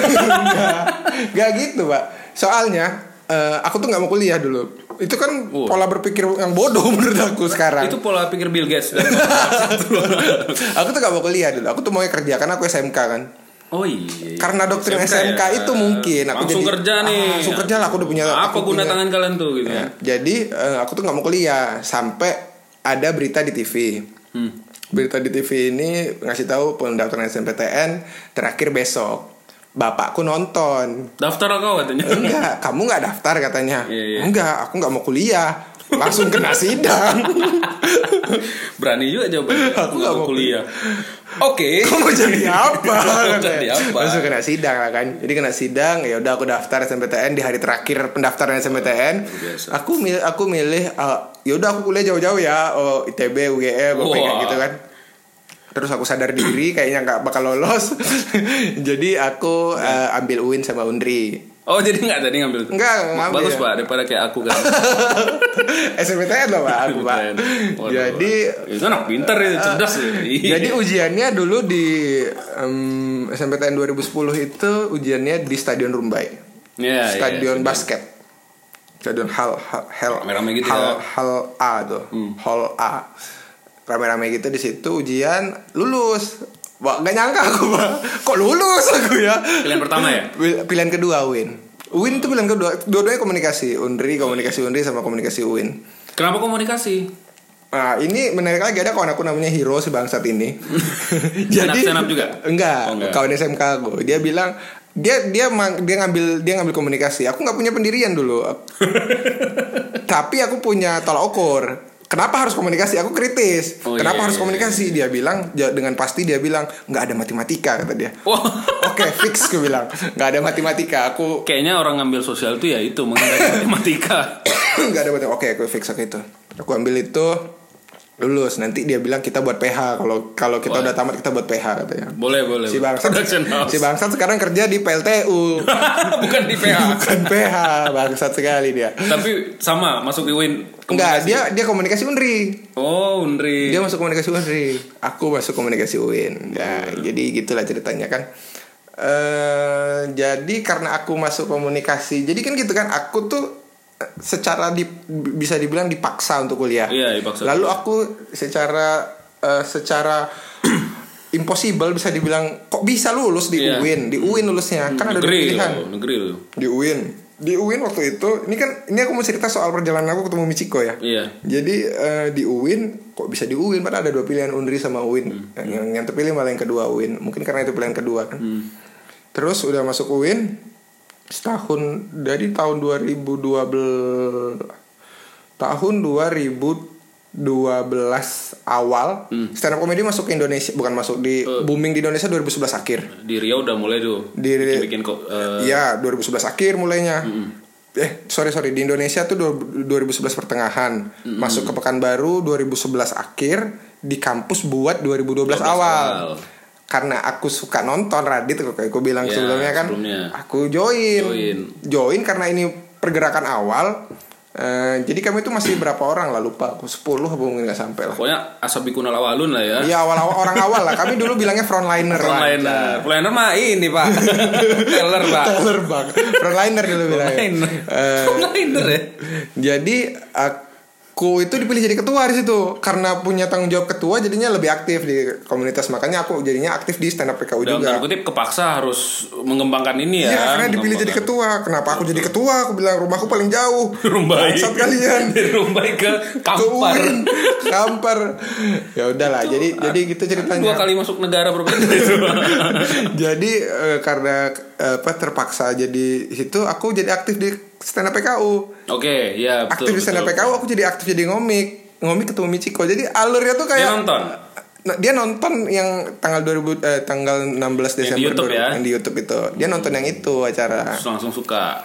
Gak gitu, Pak. Soalnya uh, aku tuh nggak mau kuliah dulu. Itu kan uh. pola berpikir yang bodoh menurut aku sekarang. Itu pola pikir Bill Gates. Aku tuh nggak mau kuliah dulu. Aku tuh mau kerja karena aku S M K kan. Oh iya. Karena doktrin S M K, S M K ya. Itu mungkin aku langsung jadi, kerja nih. Ah, langsung kerja lah. Aku udah punya. Apa guna punya, tangan kalian tuh gitu? Ya. Jadi uh, aku tuh nggak mau kuliah sampai ada berita di T V. Hmm. Berita di T V ini ngasih tahu pendaftaran S N M P T N terakhir besok. Bapakku nonton. Daftar kau katanya? Enggak, kamu nggak daftar katanya. Yeah, yeah. Enggak, aku nggak mau kuliah. Langsung kena sidang. Berani juga jawabannya. Aku nggak mau kuliah. Oke. Okay. Kamu jadi apa? Jadi apa? Langsung kena sidang lah kan. Jadi kena sidang. Ya udah aku daftar S N M P T N di hari terakhir pendaftaran S N M P T N. Aku milih, aku milih. Uh, ya udah aku kuliah jauh-jauh ya. Oh I T B, U G M, wow. Kayak gitu kan. Terus aku sadar diri kayaknya nggak bakal lolos. Jadi aku uh, ambil U I N sama U N R I. Oh jadi nggak tadi ngambil? Nggak ngambil. Bagus Pak daripada kayak aku kan. S N M P T N loh Pak aku Pak. Jadi itu anak pintar ya, cerdas ya. Jadi ujiannya dulu di um, S N M P T N dua ribu sepuluh itu ujiannya di Stadion Rumbai. Yeah, Stadion yeah, basket. Stadion Hal Hal Hal Rame-rame gitu Hal, ya. Hal A tuh. Hmm. Hall A. Rame-rame gitu di situ ujian lulus. Wah, gak nyangka aku, Pak. Kok lulus aku ya? Pilihan pertama ya? Pilihan kedua U I N. U I N itu pilihan kedua. Dua-duanya komunikasi, Unri, komunikasi Unri sama komunikasi U I N. Kenapa komunikasi? Nah, ini menarik lagi, ada kawan aku namanya Hiro si bangsat ini. Jadi stand up juga? Enggak, oh, enggak. Kawan S M K aku. Dia bilang dia dia dia ngambil dia ngambil komunikasi. Aku nggak punya pendirian dulu. Tapi aku punya tolak ukur. Kenapa harus komunikasi? Aku kritis. Oh, Kenapa iya, harus komunikasi? Dia bilang dengan pasti dia bilang nggak ada matematika kata dia. Oh. Oke, okay, fix gue bilang nggak ada matematika. Aku kayaknya orang ngambil sosial itu ya itu mengenai matematika. Nggak ada matematika. Oke, okay, aku fix aku itu. Aku ambil itu. Lulus, nanti dia bilang kita buat P H. Kalau kalau kita Wah. udah tamat kita buat P H katanya. Boleh, boleh. Si bangsat si bangsat sekarang kerja di P L T U. Bukan di P H. Bukan P H, bangsat sekali dia. Tapi sama masuk U I N. Enggak, dia dia komunikasi Unri. Oh, Unri. Dia masuk komunikasi Unri. Aku masuk komunikasi U I N. Ya, hmm. jadi gitulah ceritanya kan. Uh, jadi karena aku masuk komunikasi, jadi kan gitu kan, aku tuh secara di, bisa dibilang dipaksa untuk kuliah. Iya, dipaksa. Lalu aku secara uh, secara impossible bisa dibilang kok bisa lulus di iya. U I N, di U I N lulusnya. Kan ada dua pilihan. Loh, negeri loh. Di U I N. Di U I N waktu itu, ini kan ini aku mau cerita soal perjalanan aku ketemu Michiko ya. Iya. Jadi uh, di U I N kok bisa di U I N, padahal ada dua pilihan Unri sama U I N. Hmm. Yang, yang terpilih malah yang kedua U I N. Mungkin karena itu pilihan kedua kan. Hmm. Terus udah masuk U I N setahun dari tahun dua ribu dua belas tahun dua ribu dua belas awal hmm. stand up comedy masuk ke Indonesia, bukan masuk di uh, booming di Indonesia dua ribu sebelas akhir. Di Riau udah mulai tuh. Di bikin kok uh... ya dua ribu sebelas akhir mulainya. Mm-hmm. Eh sorry sorry di Indonesia tuh dua ribu sebelas pertengahan, mm-hmm. masuk ke Pekanbaru dua ribu sebelas akhir, di kampus buat dua ribu dua belas awal. awal. Karena aku suka nonton Radit, kayak aku bilang ya, sebelumnya kan, sebelumnya. aku join. join, join karena ini pergerakan awal. Uh, jadi kami itu masih berapa orang lah, lupa aku, sepuluh apa mungkin nggak sampai lah. Pokoknya asabikunal awalun lah ya. Iya awal-awal orang awal lah. Kami dulu bilangnya frontliner. Frontliner, frontliner mah ini pak. Teller pak. Teller bang. Frontliner dulu bilangnya. Uh, frontliner ya. Jadi aku itu dipilih jadi ketua di situ karena punya tanggung jawab ketua, jadinya lebih aktif di komunitas. Makanya aku jadinya aktif di stand up P K U dan, juga. Dan kutip kepaksa harus mengembangkan ini ya. Iya karena dipilih jadi ketua. Kenapa aku jadi ketua? Aku bilang rumahku paling jauh. Rumbai. Bangsat kalian. Rumbai ke Kampar. Ke Kampar. Ya udahlah. Jadi jadi gitu ceritanya. Dua kali masuk negara berbeda itu. Jadi uh, karena uh, apa terpaksa jadi situ, aku jadi aktif di stand up P K U. Oke, okay, ya betul. Aktif di stand up P K U, aku jadi aktif jadi ngomik. Ngomik ketemu Michiko. Jadi alurnya tuh kayak dia nonton. Nah, dia nonton yang tanggal dua ribu eh, tanggal enam belas Desember yang di YouTube, ya? Yang di YouTube itu. Dia nonton yang itu acara. Terus langsung suka.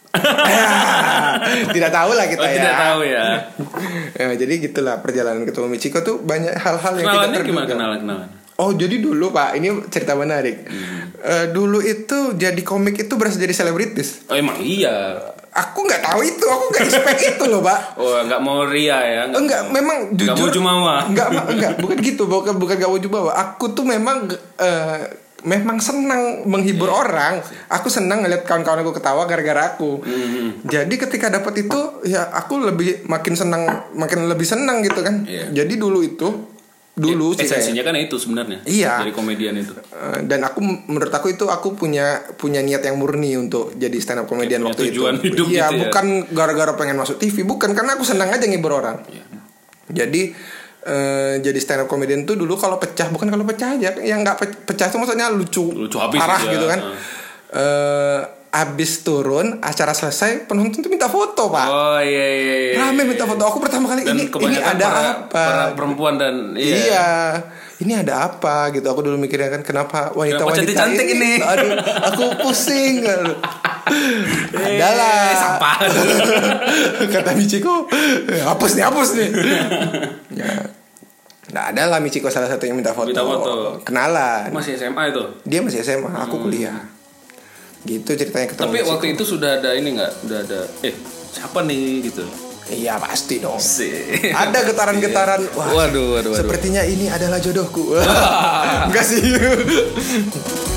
Tidak tahu lah kita oh, ya. Tidak tahu ya. Ya. Jadi gitulah perjalanan ketemu Michiko tuh banyak hal-hal yang kenalannya kita gimana kenalan-kenalan? Oh jadi dulu Pak, ini cerita menarik. Hmm. Uh, dulu itu jadi komik itu berasa jadi selebritis. Oh emang iya. Aku nggak tahu itu, aku nggak expect itu loh Pak. Oh nggak mau ria ya? Nggak, enggak, mau, memang jujur. Nggak mau jumawa. Enggak, enggak, bukan gitu, bukan bukan nggak mau jumawa. Aku tuh memang uh, memang senang menghibur yeah. orang. Aku senang ngeliat kawan-kawan aku ketawa gara-gara aku. Mm-hmm. Jadi ketika dapat itu, ya aku lebih makin senang, makin lebih senang gitu kan. Yeah. Jadi dulu itu. Dulu ya, sih esensinya kan itu sebenarnya iya. dari komedian itu. Dan aku menurut aku itu aku punya punya niat yang murni untuk jadi stand up komedian ya, waktu tujuan itu. Hidup iya, gitu bukan ya. gara-gara pengen masuk T V, bukan, karena aku senang aja ngibur orang. Ya. Jadi uh, jadi stand up komedian tuh dulu kalau pecah, bukan kalau pecah aja, yang nggak pecah tuh maksudnya lucu, lucu habis parah ya. gitu kan. Uh, Abis turun acara selesai, penonton tuh minta foto Pak. Oh iya iya, iya. Rame minta foto. Aku pertama kali dan ini ini ada para, apa? Para perempuan dan iya. iya. Ini ada apa gitu. Aku dulu mikirnya kan kenapa wanita-wanita cantik ini, ini. Aduh, aku pusing. Adalah eh, sampah. Kata Michiko, hapus nih, hapus nih. Ya. Nah, ada lah Michiko salah satu yang minta foto. Minta foto. Kenalan. Masih S M A itu? Dia masih S M A, aku hmm. kuliah. Gitu ceritanya ketemu. Tapi waktu itu sudah ada ini nggak? Udah ada. Eh siapa nih gitu? Iya pasti dong. Si. Ada getaran-getaran. Wah, waduh, waduh, waduh. Sepertinya ini adalah jodohku. Enggak sih.